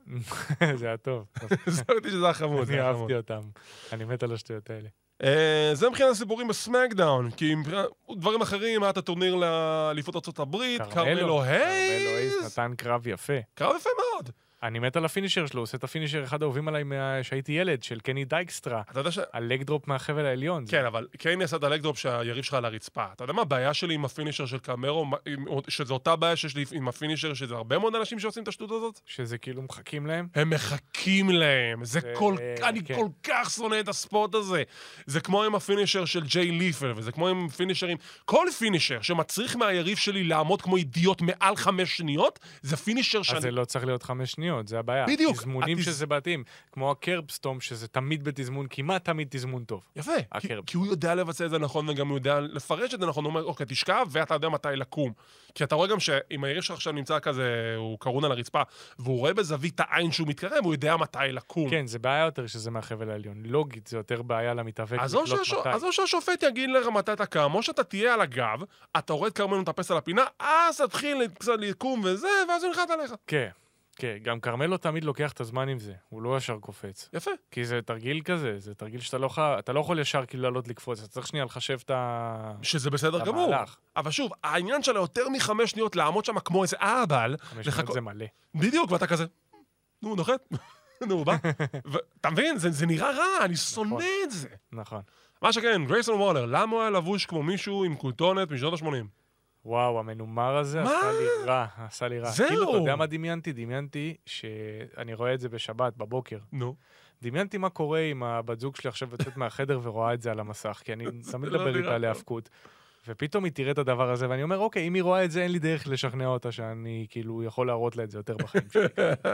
זה היה טוב. זכרתי שזה היה חמוד. אני אהבתי אותם. אני מת על השטויות האלה. זה מבחינת הסיפורים בסמקדאון, כי דברים אחרים, היה את הטורניר לאליפות ארצות הברית, קרמלו הייז. נתן קרב יפה. קרב יפה מאוד. אני מת על הפינישר שלו, עושה את הפינישר אחד האהובים עליי שהייתי ילד, של קני דייקסטרה. אתה יודע ש... הלגדרופ מהחבל העליון. כן, אבל קני עשה את הלגדרופ שהיריב שלך על הרצפה. אתה יודע מה הבעיה שלי עם הפינישר של קרמרו, שזו אותה בעיה שיש לי עם הפינישר, שזה הרבה מאוד אנשים שעושים את השטות הזאת? שזה כאילו מחכים להם? הם מחכים להם. זה כל... אני כל כך שונא את הספורט הזה. זה כמו עם הפינישר של ג'יי ליפל, וזה כמו עם פינישרים... כל פינישר שמצריך מהיריב שלי לעמוד כמו אידיוט מעל חמש שניות, זה פינישר שאני... אז זה לא צריך להיות חמש שניות. זה הבעיה. בדיוק. תזמונים התז... שזה בתים, כמו הקרבסטום, שזה תמיד בתזמון, כמעט תמיד תזמון טוב. יפה. כי, כי הוא יודע לבצע את זה נכון, וגם הוא יודע לפרש את זה נכון. הוא אומר, אוקיי, תשכב, ואתה יודע מתי לקום. כי אתה רואה גם שאם היריב שלך עכשיו נמצא כזה, הוא קרון על הרצפה, והוא רואה בזווית העין שהוא מתקרב, הוא יודע מתי לקום. כן, זה בעיה יותר שזה מהחבל העליון. לוגית, זה יותר בעיה למתאבק לקלוט מתי. אז או שהשופט יגיד לך מתי אתה קם, או שאתה תהיה על הגב, אתה רואה את קרמלו מטפס על הפינה, אז תתחיל קצת לקום וזה, ואז הוא נחת עליך. כן. כן, גם קרמלו תמיד לוקח את הזמן עם זה, הוא לא ישר קופץ. יפה. כי זה תרגיל כזה, זה תרגיל שאתה לא, אתה לא יכול ישר כאילו לעלות לקפוץ, אתה צריך שנייה לחשב את המהלך. שזה בסדר גמור. אבל שוב, העניין שלה יותר מחמש שניות לעמוד שם כמו איזה אהבל. חמש שניות זה מלא. בדיוק, ואתה כזה, נו, נוחת, נו, בא. אתה מבין, זה נראה רע, אני שונא את זה. נכון. מה שכן, גרייסון וולר, למה הוא היה לבוש כמו מישהו עם כותונת משנות ה-שמונים? וואו, המנומר הזה מה? עשה לי רע, עשה לי רע. זהו. כאילו, אתה יודע מה דמיינתי? דמיינתי שאני רואה את זה בשבת, בבוקר. נו. דמיינתי מה קורה עם הבת זוג שלי עכשיו יוצאת מהחדר ורואה את זה על המסך, כי אני תמיד לדבר איתה להפקות. ופתאום היא תראה את הדבר הזה, ואני אומר, אוקיי, אם היא רואה את זה, אין לי דרך לשכנע אותה שאני כאילו יכול להראות לה את זה יותר בחיים שלי.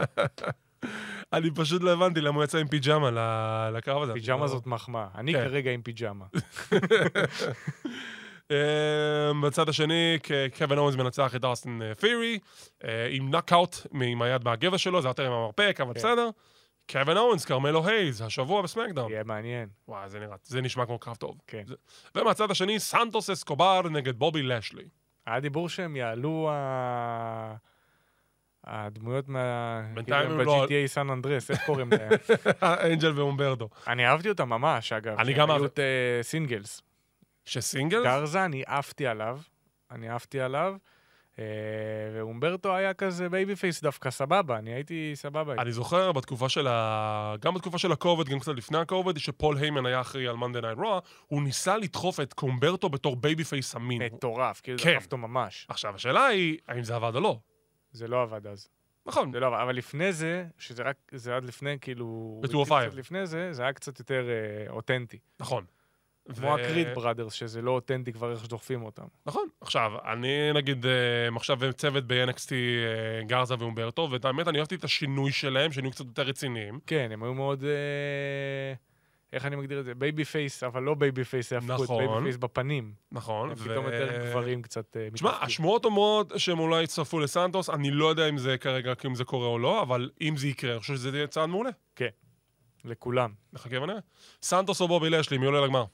אני פשוט לא הבנתי למה הוא יצא עם פיג'מה לקרב הזה. פיג'מה זאת מחמאה. אני כרגע עם פיג'מה. בצד השני, קווין אורנס מנצח את אוסטין פירי, עם נאקאוט עם היד מהגבע שלו, זה יותר עם המרפק, אבל בסדר. קווין אורנס, קרמלו הייז, השבוע בסמקדאון. יהיה מעניין. וואי, זה נראה, זה נשמע כמו קרב טוב. כן. ומהצד השני, סנטוס אסקובר נגד בובי לשלי. היה דיבור שהם יעלו הדמויות ב-ג'י טי איי סן אנדרס, איך קוראים להם? אנג'ל ואומברדו. אני אהבתי אותם ממש, אגב. אני גם אהבתי. סינגלס. שסינגלס? גרזה, אני אהבתי עליו. אני אהבתי עליו. ואומברטו היה כזה בייבי פייס דווקא סבבה, אני הייתי סבבה. אני זוכר בתקופה של ה... גם בתקופה של הקובד, גם קצת לפני הקובד, שפול היימן היה אחראי על Monday Night Raw, הוא ניסה לדחוף את קומברטו בתור בייבי פייס אמין. מטורף, כאילו דחף אותו ממש. עכשיו, השאלה היא, האם זה עבד או לא? זה לא עבד אז. נכון. זה לא עבד, אבל לפני זה, שזה רק, זה עד לפני, כאילו... ב-מאתיים וחמש. לפני זה, זה היה קצת יותר אותנטי. נכון. כמו הקריד בראדרס, שזה לא אותנטי כבר איך שדוחפים אותם. נכון. עכשיו, אני נגיד, עכשיו צוות ב-אן אקס טי גרזה ואומברטו, ובאמת אני אוהבתי את השינוי שלהם, שהם קצת יותר רציניים. כן, הם היו מאוד, איך אני מגדיר את זה? בייבי פייס, אבל לא בייבי פייס, נכון. בייבי פייס בפנים. נכון. הם פתאום יותר גברים קצת מתחזקים. תשמע, השמועות אומרות שהם אולי יצטרפו לסנטוס, אני לא יודע אם זה כרגע, אם זה קורה או לא, אבל אם זה יקרה, אני חושב שזה יהיה צעד מעולה. כן, לכולם. נחכה ונראה. סנטוס או בובי לשלי, מי עולה לגמר?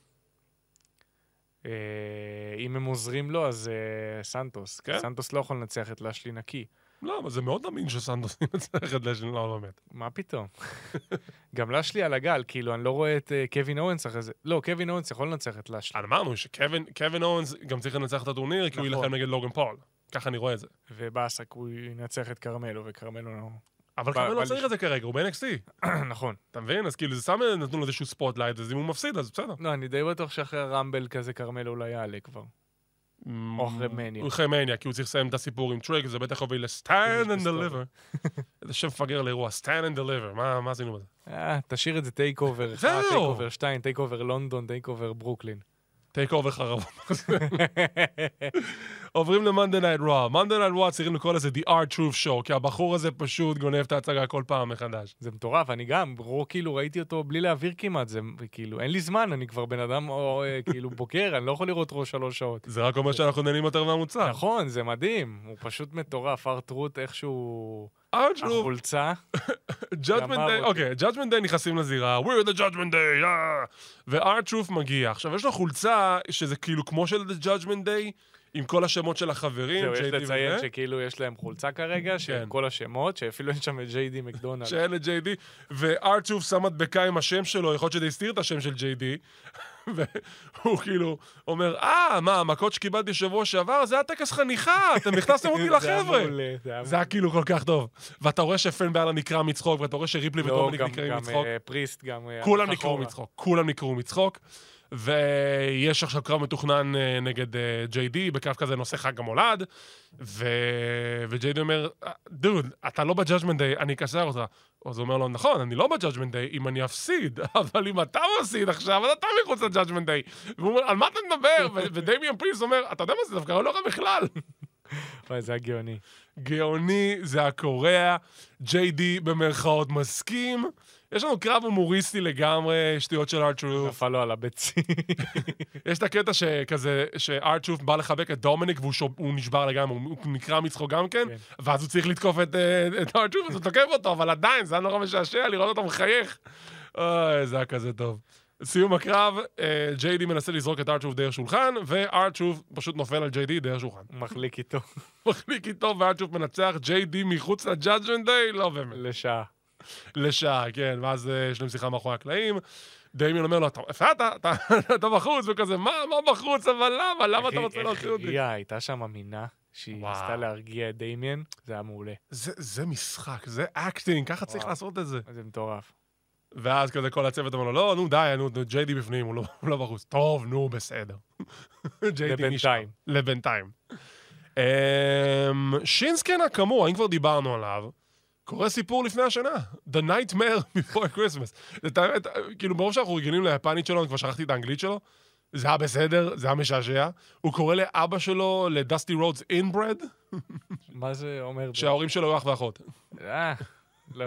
אם הם עוזרים לו, אז סנטוס. סנטוס לא יכול לנצח את לשלי נקי. לא, אבל זה מאוד אמין שסנטוס ינצח את לשלי, לא באמת. מה פתאום? גם לשלי על הגל, כאילו, אני לא רואה את קווין אורנס אחרי זה. לא, קווין אורנס יכול לנצח את לשלי. אמרנו שקווין אורנס גם צריך לנצח את הטורניר, כי הוא ילחם נגד לוגן פול. ככה אני רואה את זה. ובאסק הוא ינצח את קרמלו, וקרמלו לא... אבל קרמלו לא צריך את זה כרגע, הוא ב-אן אקס טי. נכון. אתה מבין? אז כאילו, זה סתם נתנו לו איזשהו ספוטלייט, אז אם הוא מפסיד, אז בסדר. לא, אני די בטוח שאחרי הרמבל כזה קרמלו אולי יעלה כבר. או אחרי מניה. אחרי מניה, כי הוא צריך לסיים את הסיפור עם טריק, זה בטח הוביל ל-Stand and Deliver. איזה שם מפגר לאירוע, Stand and Deliver, מה עשינו בזה? תשאיר את זה טייק אובר אחד, טייק אובר שתיים, טייק אובר לונדון, טייק אובר ברוקלין. טייק אובר חרבות. עוברים ל-Monday Night Raw. Monday Night Raw צריכים לקרוא לזה The R-Truth Show, כי הבחור הזה פשוט גונב את ההצגה כל פעם מחדש. זה מטורף, אני גם, רו כאילו ראיתי אותו בלי להעביר כמעט, זה כאילו, אין לי זמן, אני כבר בן אדם או, כאילו בוקר, אני לא יכול לראות רו שלוש שעות. זה רק אומר שאנחנו נהנים יותר מהמוצר. נכון, זה מדהים, הוא פשוט מטורף, R-Truth איכשהו... R-Truth. החולצה. Judgment Day, אוקיי, Judgment Day נכנסים לזירה, We're the Judgment Day, ו-R-Truth מגיע. עכשיו, יש לו חולצה שזה כאילו כמו של The Judgment Day, עם כל השמות של החברים, זהו, יש לציין שכאילו יש להם חולצה כרגע, של כל השמות, שאפילו אין שם את ג'יי די מקדונלד. שאין את ג'יי די, ו-R-Truth שם מדבקה עם השם שלו, יכול להיות שזה הסתיר את השם של ג'יי די, והוא כאילו אומר, אה, מה, המכות שקיבלתי שבוע שעבר, זה הטקס חניכה, אתם נכנסתם אותי לחבר'ה. זה היה כאילו כל כך טוב. ואתה רואה שפן באלה נקרא מצחוק, ואתה רואה שריפלי ודומיניק נקראים מצחוק. גם פריסט, גם... כולם נקראו מצחוק, כולם נקראו מצחוק. ויש עכשיו קרב מתוכנן נגד ג'יי די, בקרב כזה נושא חג המולד, וג'יי די אומר, דוד, אתה לא בג'אג'מנט דיי, אני אקשר אותך. אז הוא אומר לו, נכון, אני לא בג'אג'מנט דיי, אם אני אפסיד, אבל אם אתה מפסיד עכשיו, אז אתה מחוץ לג'אג'מנט דיי. והוא אומר, על מה אתה מדבר? ודמיאן פריסט אומר, אתה יודע מה זה, דווקא לא רע בכלל. וואי, זה הגאוני. גאוני, זה הקוריאה, ג'יי די במרכאות מסכים, יש לנו קרב הומוריסטי לגמרי, שטויות של R-Truth. נפל לו על הביצים. יש את הקטע שכזה, ש-R-Truth בא לחבק את דומיניק, והוא נשבר לגמרי, הוא נקרא מצחו גם כן, ואז הוא צריך לתקוף את R-Truth, אז הוא תוקף אותו, אבל עדיין, זה היה נורא משעשע, לראות אותו מחייך. אוי, זה היה כזה טוב. סיום הקרב, ג'יי די מנסה לזרוק את R-Truth דרך שולחן, ו-R-Truth פשוט נופל על ג'יי די דרך שולחן. מחליק איתו. מחליק איתו, ו-R-Truth מנצח, ג'יי די מחוץ לג'אג'מנט דיי, לא באמת. לשעה. לשעה, כן, ואז יש להם שיחה מאחורי הקלעים. דמיון אומר לו, איפה אתה? אתה בחוץ, וכזה, מה בחוץ? אבל למה? למה אתה רוצה להוציא אותי? היא הייתה שם אמינה, שהיא ניסתה להרגיע את דמיון, זה היה מעולה. זה משחק, זה אקטינג, ככה צריך לעשות את זה. זה מטורף. ואז כזה כל הצוות אומר לו, לא, נו די, נו, ג'יי די בפנים, הוא לא בחוץ. טוב, נו, בסדר. לבינתיים. לבינתיים. שינסקי נקאמורה, האם כבר דיברנו עליו, קורא סיפור לפני השנה. The Nightmare Before Christmas. זה באמת, כאילו, ברוב שאנחנו רגילים ליפנית שלו, אני כבר שכחתי את האנגלית שלו, זה היה בסדר, זה היה משעשע. הוא קורא לאבא שלו, לדסטי רודס אינברד. מה זה אומר? שההורים שלו הוא אח ואחות. אה, לא.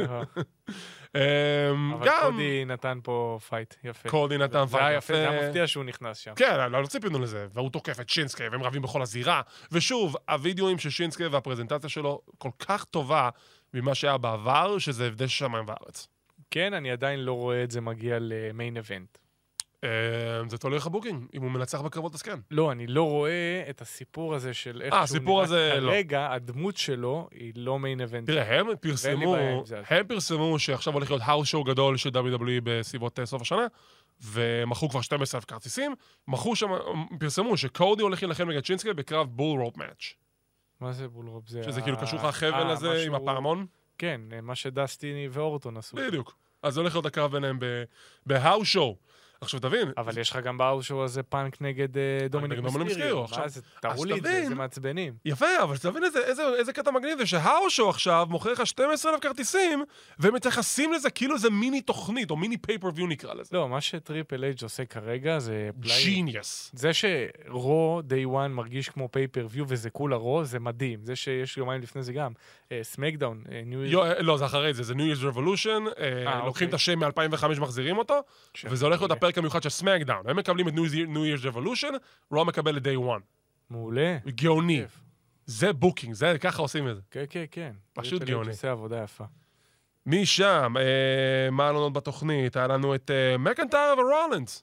אבל קודי נתן פה פייט, יפה. קודי נתן פייט, יפה. זה היה מפתיע שהוא נכנס שם. כן, לא ציפינו לזה. והוא תוקף את שינסקי, והם רבים בכל הזירה. ושוב, הווידאוים של שינסקי והפרזנטציה שלו כל כך טובה ממה שהיה בעבר, שזה הבדל שמיים וארץ. כן, אני עדיין לא רואה את זה מגיע למיין איבנט. זה תלוי איך הבוקינג, אם הוא מנצח בקרבות אז כן. לא, אני לא רואה את הסיפור הזה של איך שהוא נראה. כרגע, הדמות שלו היא לא מיין איבנט. תראה, הם פרסמו, הם פרסמו שעכשיו הולך להיות האוס שואו גדול של דאבליו דאבליו אי בסביבות סוף השנה, ומכרו כבר שנים עשר אלף כרטיסים, מכרו שם, פרסמו שקודי הולך להילחם נגד שינסקי בקרב בול רופ מאץ'. מה זה בול רופ? שזה כאילו קשור לך החבל הזה עם הפעמון? כן, מה שדסטיני ואורטון עשו. בדיוק. אז זה הולך להיות הקרב ביניהם בהאוס שואו. עכשיו תבין. אבל יש לך גם בהאוס שואו הזה פאנק נגד דומיניק מיסטריו. תראו לי את זה, זה מעצבנים. יפה, אבל תבין איזה קטע מגניב זה, שההאוס שואו עכשיו מוכר לך שנים עשר אלף כרטיסים, והם מתייחסים לזה כאילו זה מיני תוכנית, או מיני פייפריוויו נקרא לזה. לא, מה שטריפל אייג' עושה כרגע זה... ג'יניוס. זה שרו דיי וואן מרגיש כמו פייפריוויו וזה כולה רו, זה מדהים. זה שיש יומיים לפני זה גם. סמקדאון, לא, זה אחרי זה, זה New Year's Revolution, לוקחים את השם מ-אלפיים וחמש מחזירים אותו, וזה הולך להיות הפרק המיוחד של סמקדאון. הם מקבלים את New Year's Revolution, רו מקבל את Day One. מעולה. גאוני. זה בוקינג, זה ככה עושים את זה. כן, כן, כן. פשוט גאוני. עושה עבודה יפה. משם, מה היה לנו בתוכנית? היה לנו את מקנטייר ורולינס.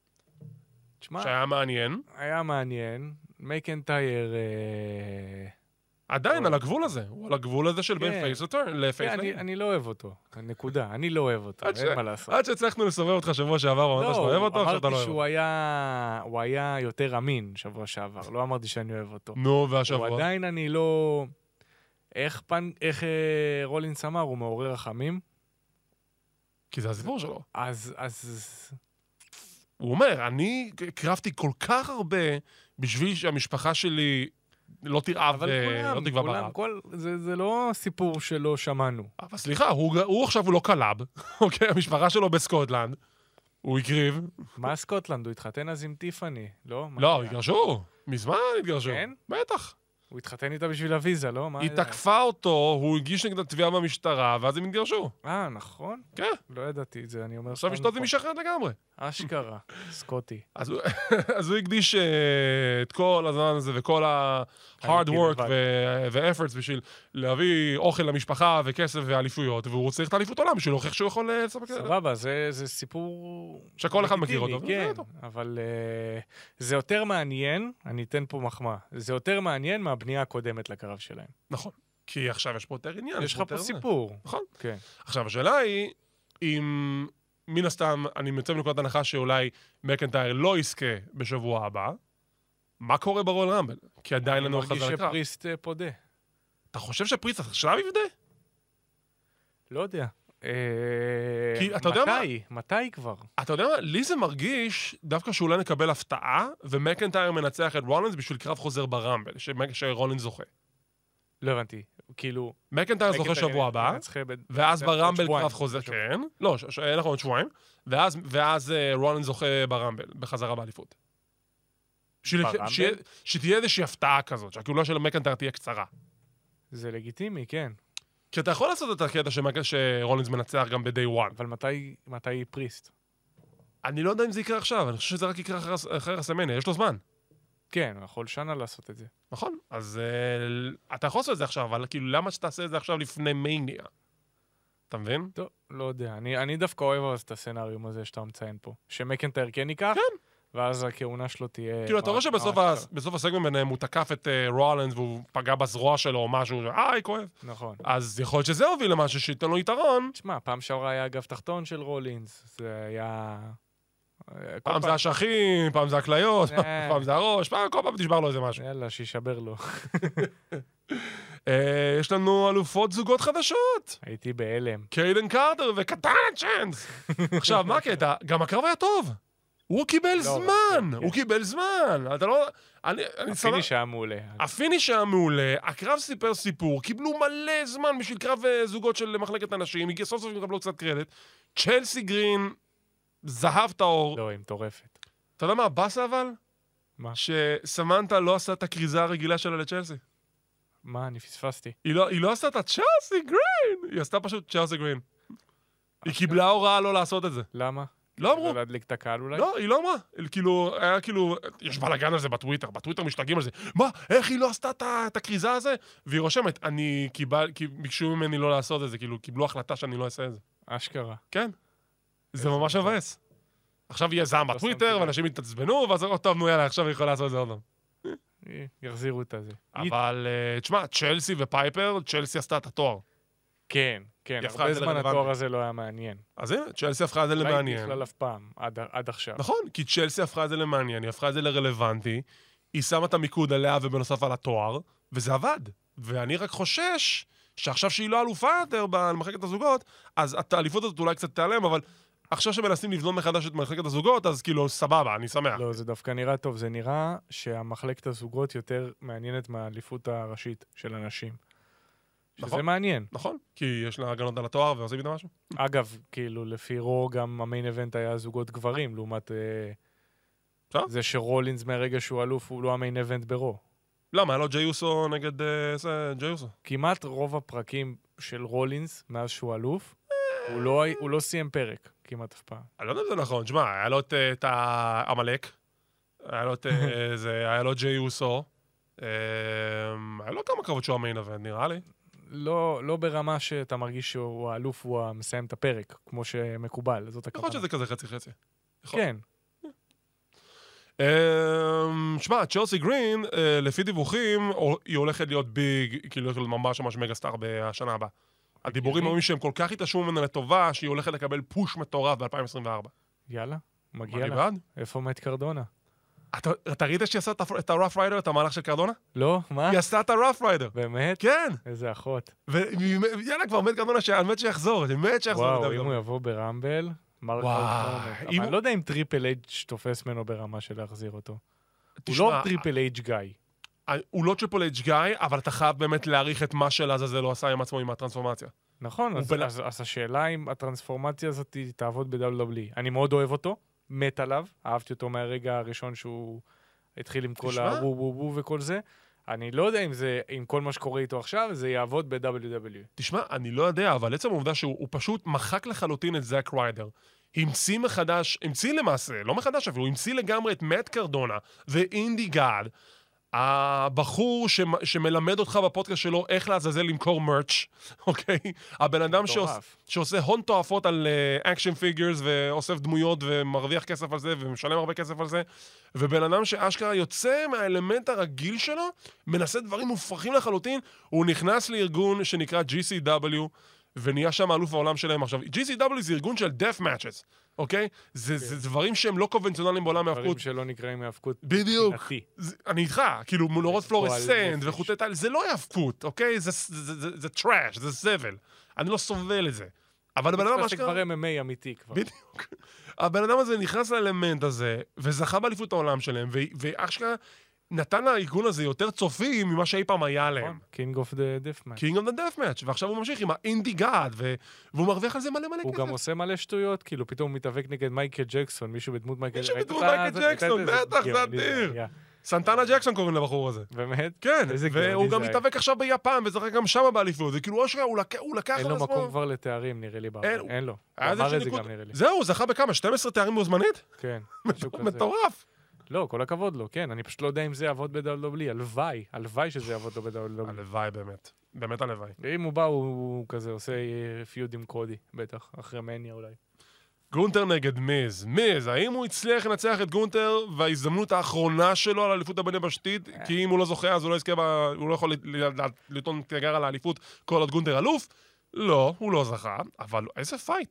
שהיה מעניין. היה מעניין. מקנטייר... עדיין, על הגבול הזה. הוא על הגבול הזה של בין פייס לפייס ליין. אני לא אוהב אותו. נקודה. אני לא אוהב אותו. אין מה לעשות. עד שהצלחנו לסובב אותך שבוע שעבר, אמרת שאתה אוהב אותו, עכשיו אתה לא אוהב אותו. אמרתי שהוא היה יותר אמין שבוע שעבר. לא אמרתי שאני אוהב אותו. נו, והשבוע. הוא עדיין אני לא... איך רולינס אמר? הוא מעורר רחמים? כי זה הסיפור שלו. אז... הוא אומר, אני קרבתי כל כך הרבה בשביל שהמשפחה שלי... לא תרעב ולא תקווה ברעב. זה לא סיפור שלא שמענו. אבל סליחה, הוא עכשיו הוא לא קלאב, אוקיי? המשפחה שלו בסקוטלנד, הוא הקריב. מה סקוטלנד? הוא התחתן אז עם טיפני, לא? מה לא, היה? התגרשו. מזמן התגרשו. כן? בטח. הוא התחתן איתה בשביל הוויזה, לא? מה היא היה? תקפה אותו, הוא הגיש נגד התביעה במשטרה, ואז הם התגרשו. אה, נכון? כן. לא ידעתי את זה, אני אומר... עכשיו סתם אשתו זה נכון. מישהו אחרת לגמרי. אשכרה, סקוטי. אז הוא- אז הוא הקדיש אה, את כל הזמן הזה וכל ה-hard הייתי work לבד. ו- ו-efforts בשביל להביא אוכל למשפחה וכסף ואליפויות, והוא צריך את האליפות עולם בשביל להוכיח שהוא יכול אה, לספק את זה. סבבה, זה, זה סיפור... שכל אחד מכיר לגיטימי, אותו, כן, וזה אותו. אבל uh, זה יותר מעניין, אני אתן פה מחמאה, זה יותר מעניין מהבנייה הקודמת לקרב שלהם. נכון. כי עכשיו יש פה יותר עניין. יש לך יותר פה זה. סיפור. נכון. כן. עכשיו, השאלה היא, אם מן הסתם, אני מצא מנקודת הנחה שאולי מקנטייר לא יזכה בשבוע הבא, מה קורה ברול רמבל? כי עדיין אני לנו מרגיש חזר לקרב. שפריסט אה, פודה. אתה חושב שפריסט עכשיו יבדה? לא יודע. אה, כי אתה יודע מה? מתי? מתי כבר? אתה יודע מה? לי זה מרגיש דווקא שאולי נקבל הפתעה, ומקנטייר מנצח את רולינס בשביל קרב חוזר ברמבל, שמק- שרולינס זוכה. לא הבנתי. כאילו... מקנטייר זוכה מקנטייר שבוע הבא, ינצחה ב- ואז עוד ברמבל שבועיים. קרב חוזר, שבוע. כן. לא, ש- ש- אין לך עוד שבועיים. ואז- ואז אה, רולינס זוכה ברמבל, בחזרה באליפות. בשביל- ברמבל? שיהיה- שתהיה איזושהי הפתעה כזאת, שהגאולה של מקנטייר תהיה קצרה. זה לגיטימי, כן. כי אתה יכול לעשות את הקטע שמק- שרולינס מנצח גם ב-day one. אבל מתי, מתי פריסט? אני לא יודע אם זה יקרה עכשיו, אני חושב שזה רק יקרה אחרי- אחרי רסלמניה, יש לו זמן. כן, הוא יכול שנה לעשות את זה. נכון, אז uh, אתה יכול לעשות את זה עכשיו, אבל כאילו, למה שתעשה את זה עכשיו לפני מניה? אתה מבין? טוב, לא יודע. אני, אני דווקא אוהב אז את הסצנריום הזה שאתה מציין פה. שמקנטייר כן ייקח, כן. ואז הכהונה שלו תהיה... כאילו, אתה רואה ממש- שבסוף ממש ה- קצרה. בסוף הסגמנט ביניהם הוא תקף את uh, רולינס והוא פגע בזרוע שלו או משהו, איי, כואב. נכון. אז יכול להיות שזה הוביל למשהו שייתן לו יתרון. תשמע, פעם שעברה היה אגב תחתון של רולינס, זה היה... כל פעם זה השכים, פעם זה הכליות, אה. פעם זה הראש, פעם כל פעם תשבר לו איזה משהו. יאללה, שישבר לו. אה, יש לנו אלופות זוגות חדשות. הייתי בהלם. קיידן קארטר וקטנה צ'אנס. עכשיו, מה הקטע? גם הקרב היה טוב. הוא קיבל זמן, כן, הוא קיבל זמן. אתה לא... אני אני שמח... הפיניש היה מעולה. הפיניש היה מעולה, הקרב סיפר סיפור, קיבלו מלא זמן בשביל קרב אה, זוגות של מחלקת הנשים, הגיע סוף סוף הם קיבלו קצת קרדיט. צ'לסי גרין, זהב טהור. לא, היא מטורפת. אתה יודע מה הבאסה אבל? מה? שסמנטה לא עשה את הכריזה הרגילה שלה לצ'לסי. מה, אני פספסתי. היא לא, היא לא עשתה את הצ'לסי גרין, היא עשתה פשוט צ'לסי גרין. היא קיבלה הוראה לא לעשות את זה. למה? לא אמרו. לא להדליק את הקהל אולי? לא, היא לא אמרה. היא כאילו, היה כאילו, יש בלאגן על זה בטוויטר, בטוויטר משתגעים על זה. מה, איך היא לא עשתה את ה- את הכריזה הזה? והיא רושמת, אני קיבל, כי ביקשו ממני לא לעשות את זה, כאילו, קיבלו החלטה שאני לא אעשה את זה. אשכרה. כן. זה ממש מבאס. עכשיו יהיה זעם לא בטוויטר, שמתי לב. ואנשים יתעצבנו, ואז אומרים, טוב, נו יאללה, עכשיו היא יכולה לעשות את זה עוד פעם. יחזירו את הזה. אבל, אה, תשמע, צ'לסי ופייפר, צ'לסי עשתה את התואר. כן, כן. היא הפכה הרבה את זה זמן לרלוונטי. התואר הזה לא היה מעניין. אז הנה, צ'לסי הפכה את זה אולי למעניין. בכלל אף פעם, עד- עד עכשיו. נכון, כי צ'לסי הפכה את זה למעניין, היא הפכה את זה לרלוונטי, היא שמה את המיקוד עליה ובנוסף על התואר, וזה עבד. ואני רק חושש שעכשיו שהיא לא אלופה יותר במחלקת הזוגות, אז האליפות הזאת אולי קצת תיעלם, אבל עכשיו שמנסים לבנות מחדש את מחלקת הזוגות, אז כאילו, סבבה, אני שמח. לא, זה דווקא נראה טוב. זה נראה שהמחלקת הזוגות יותר מעניינת מהאליפות הראשית של אנשים. שזה נכון. מעניין. נכון, כי יש לה הגנות על התואר ועושים איתה משהו. אגב, כאילו, לפי רו, גם המיין איבנט היה זוגות גברים, לעומת אה, בסדר. זה שרולינס מהרגע שהוא אלוף, הוא לא המיין איבנט ברו. למה, היה לו ג'יי אוסו נגד אה, זה, ג'יי אוסו. כמעט רוב הפרקים של רולינס, מאז שהוא אלוף, הוא לא, הוא לא סיים פרק, כמעט אף פעם. אני לא יודע אם זה נכון, תשמע, היה לו את, אה, את העמלק, היה לו את אה, זה, היה לו ג'יי אוסו, אה, היה לו כמה קרבות שהוא המיין אבנט, נראה לי. לא, לא ברמה שאתה מרגיש שהוא האלוף, הוא המסיים את הפרק, כמו שמקובל, זאת יכול הכוונה. להיות שזה כזה חצי חצי. יכול. כן, אמ, שמע, צ'לסי גרין, אה, לפי דיווחים, או- היא הולכת להיות ביג, כאילו להיות ממש ממש מגה סטאר בשנה הבאה. הדיבורים אומרים שהם כל כך התעשרו ממנה לטובה, שהיא הולכת לקבל פוש מטורף ב-אלפיים עשרים וארבע. יאללה, מגיע אני לה. בעד? איפה מת קרדונה? אתה אתה ראית שהיא עשתה את ה- את הרף ריידר, את המהלך של קרדונה? לא? מה? היא עשתה את הרף ריידר. באמת? כן! איזה אחות. ויאללה, כבר מת קרדונה, שאני מת שיחזור, אני מת שיחזור. וואו, אם הוא יבוא ברמבל, מרק וואי, אאוט. אם אבל הוא- אני לא יודע אם טריפל אייג' תופס ממנו ברמה של להחזיר אותו. הוא תשמע, לא טריפל אייג' גיא. הוא לא טריפל אייג' גיא, אבל אתה חייב באמת להעריך את מה של עזאזל הוא עשה עם עצמו עם הטרנספורמציה. נכון, אז, בנ... אז, אז השאלה אם הטרנספורמציה הזאת תעבוד ב-דאבליו דאבליו אי. אני מאוד אוהב אותו, מת עליו, אהבתי אותו מהרגע הראשון שהוא התחיל עם כל הוו וו וו וכל זה. אני לא יודע אם זה, עם כל מה שקורה איתו עכשיו, זה יעבוד ב-דאבליו דאבליו אי. תשמע, אני לא יודע, אבל עצם העובדה שהוא פשוט מחק לחלוטין את זאק ריידר. המציא מחדש, המציא למעשה, לא מחדש אפילו, המציא לגמרי את מאט קרדונה ואינדי גאד, הבחור ש... שמלמד אותך בפודקאסט שלו איך לעזאזל למכור מרץ', אוקיי? הבן אדם שעוש... שעושה הון תועפות על אקשן uh, פיגרס ואוסף דמויות ומרוויח כסף על זה ומשלם הרבה כסף על זה, ובן אדם שאשכרה יוצא מהאלמנט הרגיל שלו, מנסה דברים מופרכים לחלוטין, הוא נכנס לארגון שנקרא ג'י סי דאבליו, ונהיה שם אלוף העולם שלהם. עכשיו, ג'י סי דאבליו זה ארגון של death matches, אוקיי? זה, זה דברים שהם לא קונבנציונליים בעולם ההאבקות. דברים שלא נקראים מהאבקות. בדיוק. אני איתך, כאילו מונורות פלורסנט וחוטי טל, זה לא האבקות, אוקיי? זה, זה, זה, זה trash, זה זבל. אני לא סובל את זה. אבל הבן אדם... זה כבר אם אם איי אמיתי כבר. בדיוק. הבן אדם הזה נכנס לאלמנט הזה, וזכה באליפות העולם שלהם, ואשכרה נתן לארגון הזה יותר צופים ממה שאי פעם היה להם. King of the Death Match. King of the Death Match, ועכשיו הוא ממשיך עם האינדי גאד, והוא מרוויח על זה מלא מלא כסף. הוא גם עושה מלא שטויות, כאילו פתאום הוא מתאבק נגד מייקל ג'קסון, מישהו בדמות מייקל ג'קסון. מישהו בדמות מייקל ג'קסון, בטח, זה אדיר. סנטנה ג'קסון קוראים לבחור הזה. באמת? כן, והוא גם מתאבק עכשיו ביפן, וזרק גם שם באליפות, זה כאילו אשרה, הוא לקח על עצמו. אין לו מקום כבר לתארים, נראה לי בעבר. אין לו. אמר את זה גם נראה לי. זהו, זכה בכמה? שתים עשרה תארים בו-זמנית? כן. מטורף. לא, כל הכבוד לו, כן. אני פשוט לא יודע אם זה יעבוד ב-דאבליו דאבליו אי. הלוואי, הלוואי שזה יעבוד לו ב-דאבליו דאבליו אי. הלוואי באמת. באמת הלוואי. אם הוא בא, הוא כזה עושה פיוד עם קודי, בטח, אחרי מניה אולי. גונטר נגד מיז. מיז, האם הוא הצליח לנצח את גונטר וההזדמנות האחרונה שלו על האליפות הבין-יבשתית? כי אם הוא לא זוכה, אז הוא לא יזכה בה, הוא לא יכול לטעון תיגר על האליפות כל עוד גונטר אלוף? לא, הוא לא זכה, אבל איזה פייט.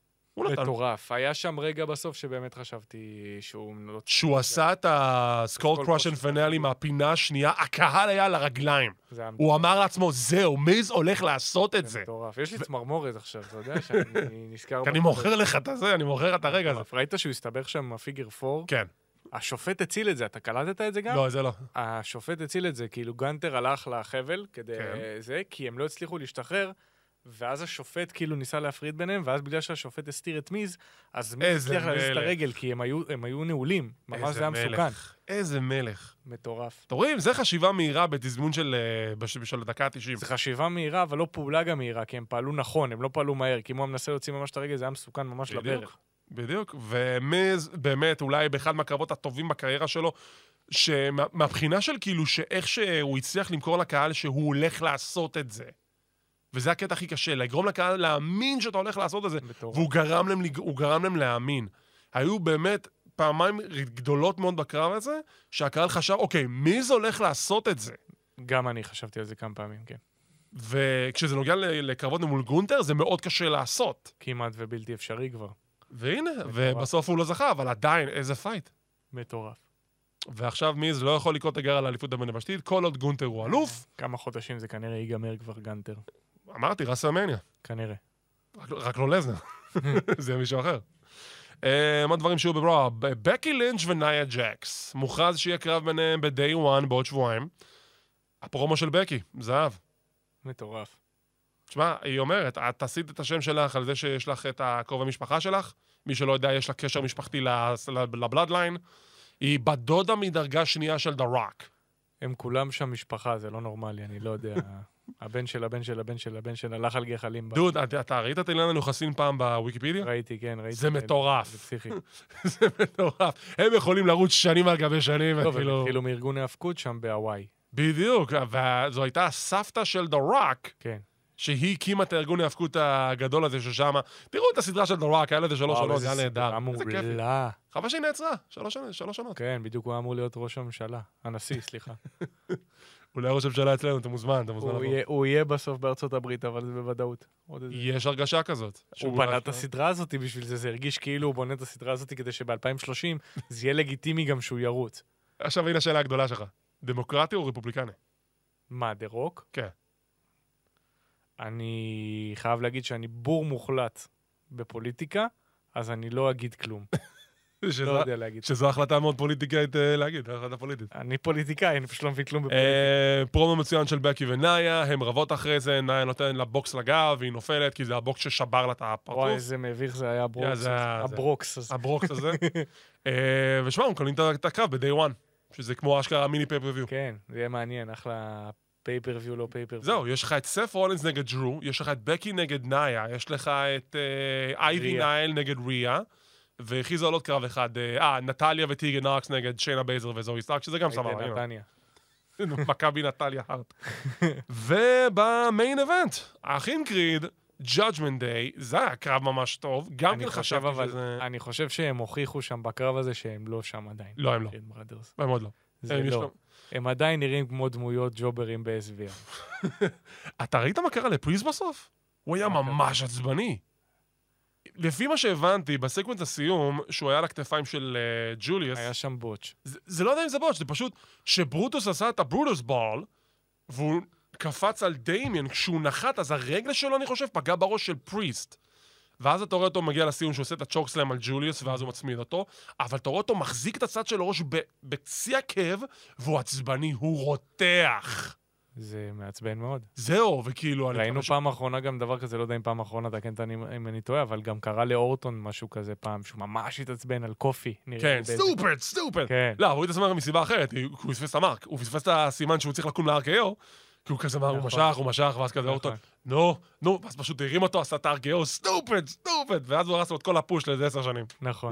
מטורף. היה שם רגע בסוף שבאמת חשבתי שהוא... שהוא עשה את הסקול קרושן פנאלי מהפינה השנייה, הקהל היה על הרגליים. הוא אמר לעצמו, זהו, מיז הולך לעשות את זה. מטורף. יש לי צמרמורת עכשיו, אתה יודע שאני נזכר... כי אני מוכר לך את זה, אני מוכר את הרגע הזה. ראית שהוא הסתבך שם עם הפיגר פור? כן. השופט הציל את זה, אתה קלטת את זה גם? לא, זה לא. השופט הציל את זה, כאילו גנטר הלך לחבל כדי זה, כי הם לא הצליחו להשתחרר, ואז השופט כאילו ניסה להפריד ביניהם, ואז בגלל שהשופט הסתיר את מיז, אז מיז הצליח להזיז את הרגל, כי הם היו, הם היו נעולים. ממש זה היה מסוכן. איזה מלך. מטורף. אתם רואים, זה חשיבה מהירה בתזמון של, של הדקה ה-תשעים. זה חשיבה מהירה, אבל לא פעולה גם מהירה, כי הם פעלו נכון, הם לא פעלו מהר, כי אם הוא מנסה להוציא ממש את הרגל, זה היה מסוכן ממש לברך. בדיוק, ומיז באמת, אולי באחד מהקרבות הטובים בקריירה שלו, שמבחינה של כאילו שאיך שהוא הצליח למכור לקהל שהוא הולך לעשות את זה. וזה הקטע הכי קשה, לגרום לקהל להאמין שאתה הולך לעשות את זה, והוא גרם להם, הוא גרם להם להאמין. היו באמת פעמיים גדולות מאוד בקרב הזה, שהקהל חשב, אוקיי, מי זה הולך לעשות את זה? גם אני חשבתי על זה כמה פעמים, כן. וכשזה נוגע לקרבות מול גונטר, זה מאוד קשה לעשות. כמעט ובלתי אפשרי כבר. והנה, ובסוף הוא לא זכה, אבל עדיין, איזה פייט. מטורף. ועכשיו מיז לא יכול לקרוא תגר על האליפות הבין-יבשתית, כל עוד גונטר הוא אלוף. כמה חודשים זה כנראה ייגמר כבר גנטר. אמרתי, רסלמניה. כנראה. רק, רק לא לזנר. זה מישהו אחר. מה דברים שהוא בברוע? בקי לינץ' וניה ג'קס. מוכרז שיהיה קרב ביניהם ב-day one בעוד שבועיים. הפרומו של בקי, זהב. מטורף. תשמע, היא אומרת, את תעשית את השם שלך על זה שיש לך את הקרוב המשפחה שלך. מי שלא יודע, יש לה קשר משפחתי לבלאדליין. היא בדודה מדרגה שנייה של The Rock. הם כולם שם משפחה, זה לא נורמלי, אני לא יודע. הבן של הבן של הבן של הבן של הלך על גחלים. דוד, אתה ראית את אילן הנוחסין פעם בוויקיפדיה? ראיתי, כן, ראיתי. זה מטורף. זה פסיכי. זה מטורף. הם יכולים לרוץ שנים על גבי שנים. טוב, הם התחילו מארגון ההפקות שם בהוואי. בדיוק, וזו הייתה הסבתא של The Rock. כן. שהיא הקימה את הארגון ההפקות הגדול הזה ששם. תראו את הסדרה של The Rock, היה לזה שלוש שנות, זה היה נהדר. איזה כיף. חבל שהיא נעצרה, שלוש שנות. כן, בדיוק הוא אמור להיות ראש הממשלה. הנשיא, סליחה. אולי ראש הממשלה אצלנו, אתה מוזמן, אתה מוזמן לבוא. הוא יהיה בסוף בארצות הברית, אבל זה בוודאות. יש הרגשה כזאת. הוא בנה את הסדרה הזאת בשביל זה, זה הרגיש כאילו הוא בונה את הסדרה הזאת כדי שב-אלפיים ושלושים זה יהיה לגיטימי גם שהוא ירוץ. עכשיו הנה השאלה הגדולה שלך. דמוקרטי או רפובליקני? מה, דה רוק? כן. אני חייב להגיד שאני בור מוחלט בפוליטיקה, אז אני לא אגיד כלום. שזו- לא יודע להגיד. שזו החלטה מאוד פוליטיקאית אה, להגיד, החלטה פוליטית. אני פוליטיקאי, אני פשוט לא מבין כלום בפוליטיקה. אה, פרומו מצוין של בקי ונאיה, הם רבות אחרי זה, נאיה נותן לה בוקס לגב, והיא נופלת, כי זה הבוקס ששבר לה את וואי, הפרצוף. איזה מביך זה היה הברוקס. זה היה- הזה. הברוקס הזה. הברוקס הזה. אה, ושמע, הם קונים את הקרב ב-day one, שזה כמו אשכרה מיני פייפריוויו. כן, זה יהיה מעניין, אחלה פייפריוויו, לא פייפריוויו. זהו, יש לך את סף רולינס נגד ג'רו, יש לך את בקי נגד נאיה, יש לך את אה, אייבי ריה. נייל נגד ריה, והכריזו על עוד קרב אחד, אה, אה, נטליה וטיגן נוקס נגד שיינה בייזר וזוהי סטארק, שזה גם סבבה. היידה נתניה. מכבי נטליה הארט. ובמיין איבנט, האחים קריד, Judgment Day, זה היה קרב ממש טוב, גם אני כן חושב, חשבתי אבל, שזה... אני חושב שהם הוכיחו שם בקרב הזה שהם לא שם עדיין. לא, הם לא. Creed Brothers. הם עוד לא. זה הם יש לא. לו- הם עדיין נראים כמו דמויות ג'וברים ב-אס וי אר. אתה ראית מה קרה לפריז בסוף? הוא היה מה ממש עצבני. לפי מה שהבנתי, בסקוונס הסיום, שהוא היה על הכתפיים של אה, ג'וליוס, היה שם בוטש. זה, זה לא יודע אם זה בוטש, זה פשוט שברוטוס עשה את הברוטוס בול, והוא קפץ על דיימיאן, כשהוא נחת, אז הרגל שלו, אני חושב, פגע בראש של פריסט. ואז אתה רואה אותו מגיע לסיום שהוא עושה את הצ'וק סלאם על ג'וליוס, ואז הוא מצמיד אותו, אבל אתה רואה אותו מחזיק את הצד של הראש ב- בצי הכאב, והוא עצבני, הוא רותח. זה מעצבן מאוד. זהו, וכאילו... אני ראינו מקווה ש- פעם אחרונה גם דבר כזה, לא יודע אם פעם אחרונה, תקן אותי אם אני טועה, אבל גם קרה לאורטון משהו כזה פעם, שהוא ממש התעצבן על קופי. נראה כן, לי באיזה- סטופד, סטופד. כן. לא, אבל הוא התעצבן מסיבה אחרת, כי הוא פספס את המרק. הוא פספס את הסימן שהוא צריך לקום ל-אר קיי או, כי הוא כזה אמר, הוא נכון. משך, הוא משך, ואז כזה נכון. אורטון, נו, נו, ואז פשוט הרים אותו, עשה את ה-אר קיי או, סטופד, סטופד, ואז הוא הרס לו את כל הפוש לאיזה עשר שנים. נכון.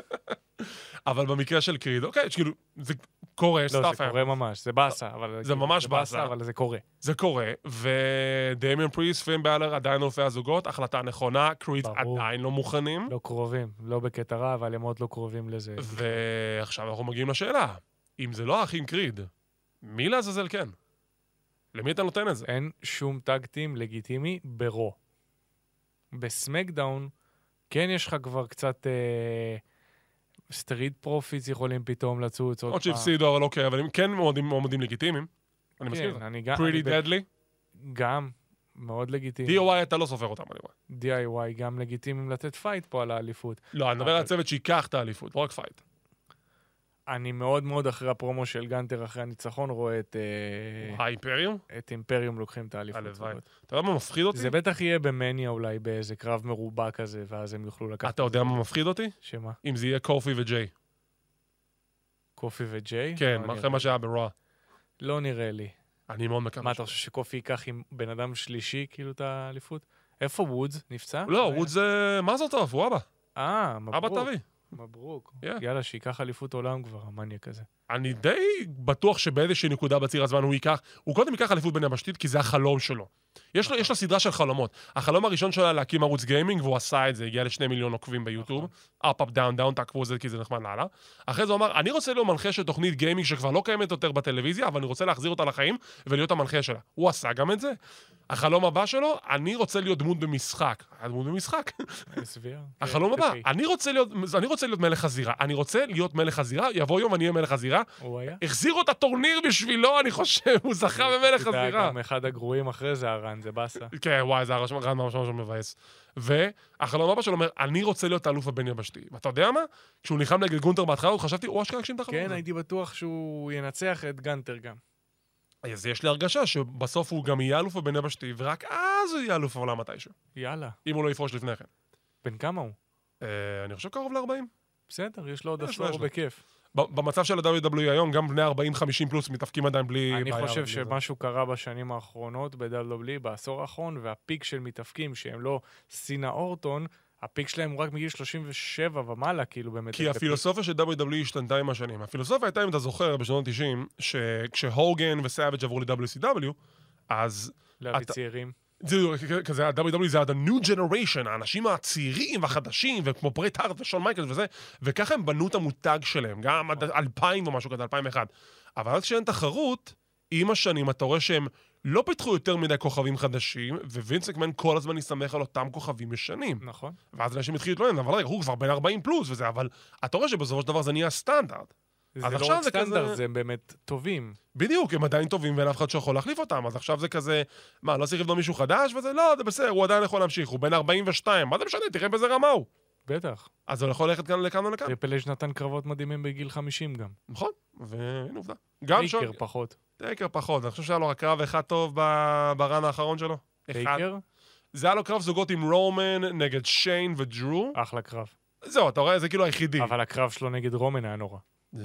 אבל במקרה של קריד, אוקיי, כאילו, זה קורה, לא, סטאפ זה קורה ממש, זה באסה, אבל... זה ממש באסה. אבל זה קורה. זה קורה, ודמיאן פריסט, פין באלר עדיין אלופי הזוגות, החלטה נכונה, קריד ברור. עדיין לא מוכנים, לא קרובים, לא בקטע רע, אבל הם עוד לא קרובים לזה. ועכשיו אנחנו מגיעים לשאלה, אם זה לא האחים קריד, מי לעזאזל כן? למי אתה נותן את זה? אין שום טאג-טים לגיטימי ברו. בסמקדאון, כן יש לך כבר קצת אה, סטריט פרופיטס יכולים פתאום לצוץ עוד עוד פעם. שהפסידו, אבל אוקיי, אבל הם כן מועמדים מועמדים לגיטימיים. אני מסכים כן, איתך. אני גם... Pretty אני ב- Deadly. גם, מאוד לגיטימי. די או איי אתה לא סופר אותם, אני רואה. די איי וואי גם לגיטימיים לתת פייט פה על האליפות. לא, אני מדבר על אבל- הצוות שייקח את האליפות, לא רק פייט. אני מאוד מאוד אחרי הפרומו של גנטר, אחרי הניצחון, רואה את, אה, האימפריום? את אימפריום לוקחים את האליפות. הלוואי. הזאת. אתה יודע מה מפחיד אותי? זה בטח יהיה במניה אולי, באיזה קרב מרובע כזה, ואז הם יוכלו לקחת... אתה יודע מה מפחיד אותי? שמה? אם זה יהיה קופי וג'יי. קופי וג'יי? כן, לא אחרי נראה מה לי. שהיה ברוע. לא נראה לי. אני מאוד מקווה. מה, אתה חושב שקופי ייקח עם בן אדם שלישי, כאילו, את האליפות? איפה וודס? נפצע? לא, ווד זה... מה זאת טוב? הוא אבא. אה, אבא מברוק. תביא. מברוק. Yeah. יאללה, שייקח אליפות עולם כבר, המניאק הזה. אני די בטוח שבאיזושהי נקודה בציר הזמן הוא ייקח, הוא קודם ייקח אליפות בין יבשתית, כי זה החלום שלו. יש לו, יש לו סדרה של חלומות. החלום הראשון שלו היה להקים ערוץ גיימינג, והוא עשה את זה, הגיע לשני מיליון עוקבים ביוטיוב. אפ, אפ, דאון, דאון, תעקבו את זה, כי זה נחמד לאללה. אחרי זה הוא אמר, אני רוצה להיות מנחה של תוכנית גיימינג שכבר לא קיימת יותר בטלוויזיה, אבל אני רוצה להחזיר אותה לחיים ולהיות המנחה שלה. הוא עשה גם את זה. החלום הבא שלו, אני רוצה להיות דמות במשחק. היה דמות במשחק. סביר. החלום הבא, אני רוצה להיות, אני רוצה להיות מלך הזירה. אני רוצה להיות מלך הזירה, יבוא יום אני אהיה מלך הזירה. הוא היה? החזירו את הטורניר בשבילו, אני חושב, הוא זכה במלך זה היה הזירה. גם אחד הגרועים אחרי זה, הרן, זה באסה. כן, וואי, זה הרשם רן ממש ממש מבאס. והחלום הבא שלו אומר, אני רוצה להיות האלוף הבין יבשתי. ואתה יודע מה? כשהוא נלחם נגד גונטר בהתחלה, הוא חשבתי, הוא אשכרה הגשים את החלום כן, הזה. הייתי בטוח שהוא ינצח את גנטר גם. אז יש לי הרגשה שבסוף הוא גם יהיה אלוף הבין יבשתי, ורק אז הוא יהיה אלוף העולם מתישהו. יאללה. אם הוא לא יפרוש לפני כן. בן כמה הוא? אה, אני חושב קרוב ל-ארבעים. בסדר, יש לו עוד יש לו, עשור יש לו. בכיף. במצב של ה-דאבליו דאבליו אי היום, גם בני ארבעים חמישים פלוס מתאפקים עדיין בלי... אני בעיה, חושב בלי זה. שמשהו קרה בשנים האחרונות ב-דאבליו דאבליו אי, בעשור האחרון, והפיק של מתאפקים שהם לא סינה אורטון, הפיק שלהם הוא רק מגיל שלושים ושבע ומעלה, כאילו באמת. כי הפילוסופיה של דאבליו דאבליו אי השתנתה עם השנים. הפילוסופיה הייתה, אם אתה זוכר, בשנות ה-תשעים, שכשהוגן וסאביג' עברו ל-דאבליו סי דאבליו, אז... להביא אתה- צעירים. זה כזה, ה-דאבליו דאבליו אי זה ה-new generation, האנשים הצעירים והחדשים, וכמו ברט הארט ושון מייקלס וזה, וככה הם בנו את המותג שלהם, גם עד אלפיים או משהו כזה, אלפיים ואחת. אבל אז כשאין תחרות, עם השנים אתה רואה שהם לא פיתחו יותר מדי כוכבים חדשים, ווינס מקמן כל הזמן יסמך על אותם כוכבים ישנים. נכון. ואז אנשים התחילו להתלונן, אבל רגע, הוא כבר בן ארבעים פלוס וזה, אבל אתה רואה שבסופו של דבר זה נהיה סטנדרט. זה לא עכשיו רק זה כזה- סטנדרט, זה באמת טובים. בדיוק, הם עדיין טובים ואין אף אחד שיכול להחליף אותם, אז עכשיו זה כזה, מה, לא צריך לבנות מישהו חדש? וזה לא, זה בסדר, הוא עדיין יכול להמשיך, הוא בן ארבעים ושתיים, מה זה משנה, תראה באיזה רמה הוא. בטח. אז הוא יכול ללכת כאן לכאן או לכאן. טריפל אייג' נתן קרבות מדהימים בגיל חמישים גם. נכון, והנה עובדה. גם שון... טייקר פחות. טייקר פחות, אני חושב שהיה לו רק קרב אחד טוב ברן האחרון שלו. טייקר? זה היה לו קרב זוגות עם רומן נגד שיין ודרו. אחלה קרב. זהו, אתה רואה? זה כאילו היחידי. אבל הקרב שלו נגד רומן היה נורא.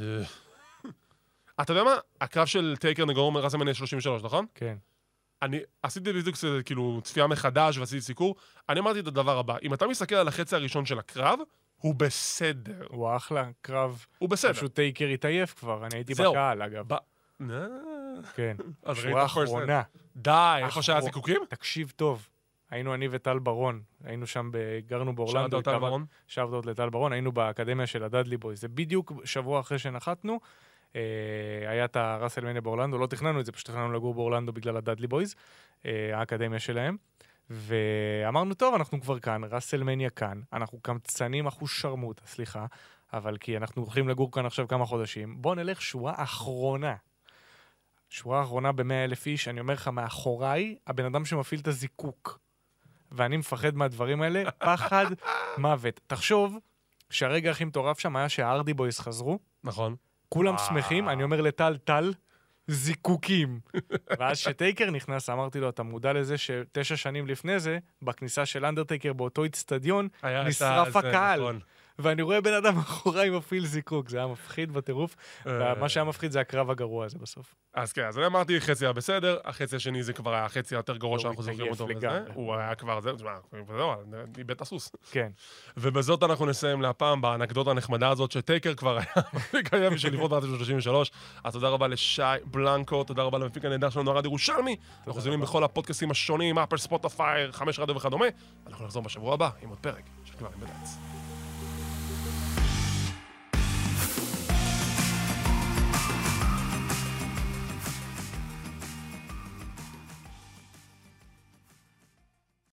אתה יודע מה? הקרב של טייקר נגד רומן רסלמניה שלושים ושלוש, נכון? כן. אני עשיתי בדיוק כאילו צפייה מחדש ועשיתי סיקור. אני אמרתי את הדבר הבא, אם אתה מסתכל על החצי הראשון של הקרב, הוא בסדר. הוא אחלה קרב. הוא בסדר. פשוט טייקר התעייף כבר, אני הייתי זהו. בקהל אגב. ב... כן. אז שורה ראית אחרונה. די, איפה שהיה אחרון. זיקוקים? תקשיב טוב. היינו אני וטל ברון, היינו שם, ב- גרנו באורלנדו. שאלת אותה ברון? שבתות לטל ברון, היינו באקדמיה של הדאדלי בויז. זה בדיוק שבוע אחרי שנחתנו, אה, היה את הרסלמניה באורלנדו, לא תכננו את זה, פשוט תכננו לגור באורלנדו בגלל הדאדלי בויז, אה, האקדמיה שלהם. ואמרנו, טוב, אנחנו כבר כאן, רסלמניה כאן, אנחנו קמצנים, אנחנו שרמוטה, סליחה, אבל כי אנחנו הולכים לגור כאן עכשיו כמה חודשים, בואו נלך שורה אחרונה. שורה אחרונה ב-מאה אלף איש, אני אומר לך, מאחוריי, הבן אדם שמפעיל את הזיקוק. ואני מפחד מהדברים האלה, פחד מוות. תחשוב שהרגע הכי מטורף שם היה שהארדי בויז חזרו, נכון. כולם שמחים, אני אומר לטל, טל, זיקוקים. ואז שטייקר נכנס, אמרתי לו, אתה מודע לזה שתשע שנים לפני זה, בכניסה של אנדרטייקר באותו אצטדיון, נשרף הקהל. נכון. ואני רואה בן אדם אחוריי מפעיל זיקוק, זה היה מפחיד בטירוף, ומה שהיה מפחיד זה הקרב הגרוע הזה בסוף. אז כן, אז אני אמרתי, חצי היה בסדר, החצי השני זה כבר היה החצי היותר גרוע שאנחנו זוכרים אותו בזה, הוא היה כבר, זהו, איבד את הסוס. כן. ובזאת אנחנו נסיים להפעם, באנקדוטה הנחמדה הזאת, שטייקר כבר היה מקיים בשביל לפחות ברצף של שלושים ושלוש, אז תודה רבה לשי בלנקו, תודה רבה למפיק הנהדר שלנו, ארד ירושלמי, אנחנו זמינים בכל הפודקאסטים השונים, אפל, ספוטיפיי, חמש רדיו וכדומה, אנחנו נחזור בשבוע הבא עם עוד פרק של כלבים בדץ.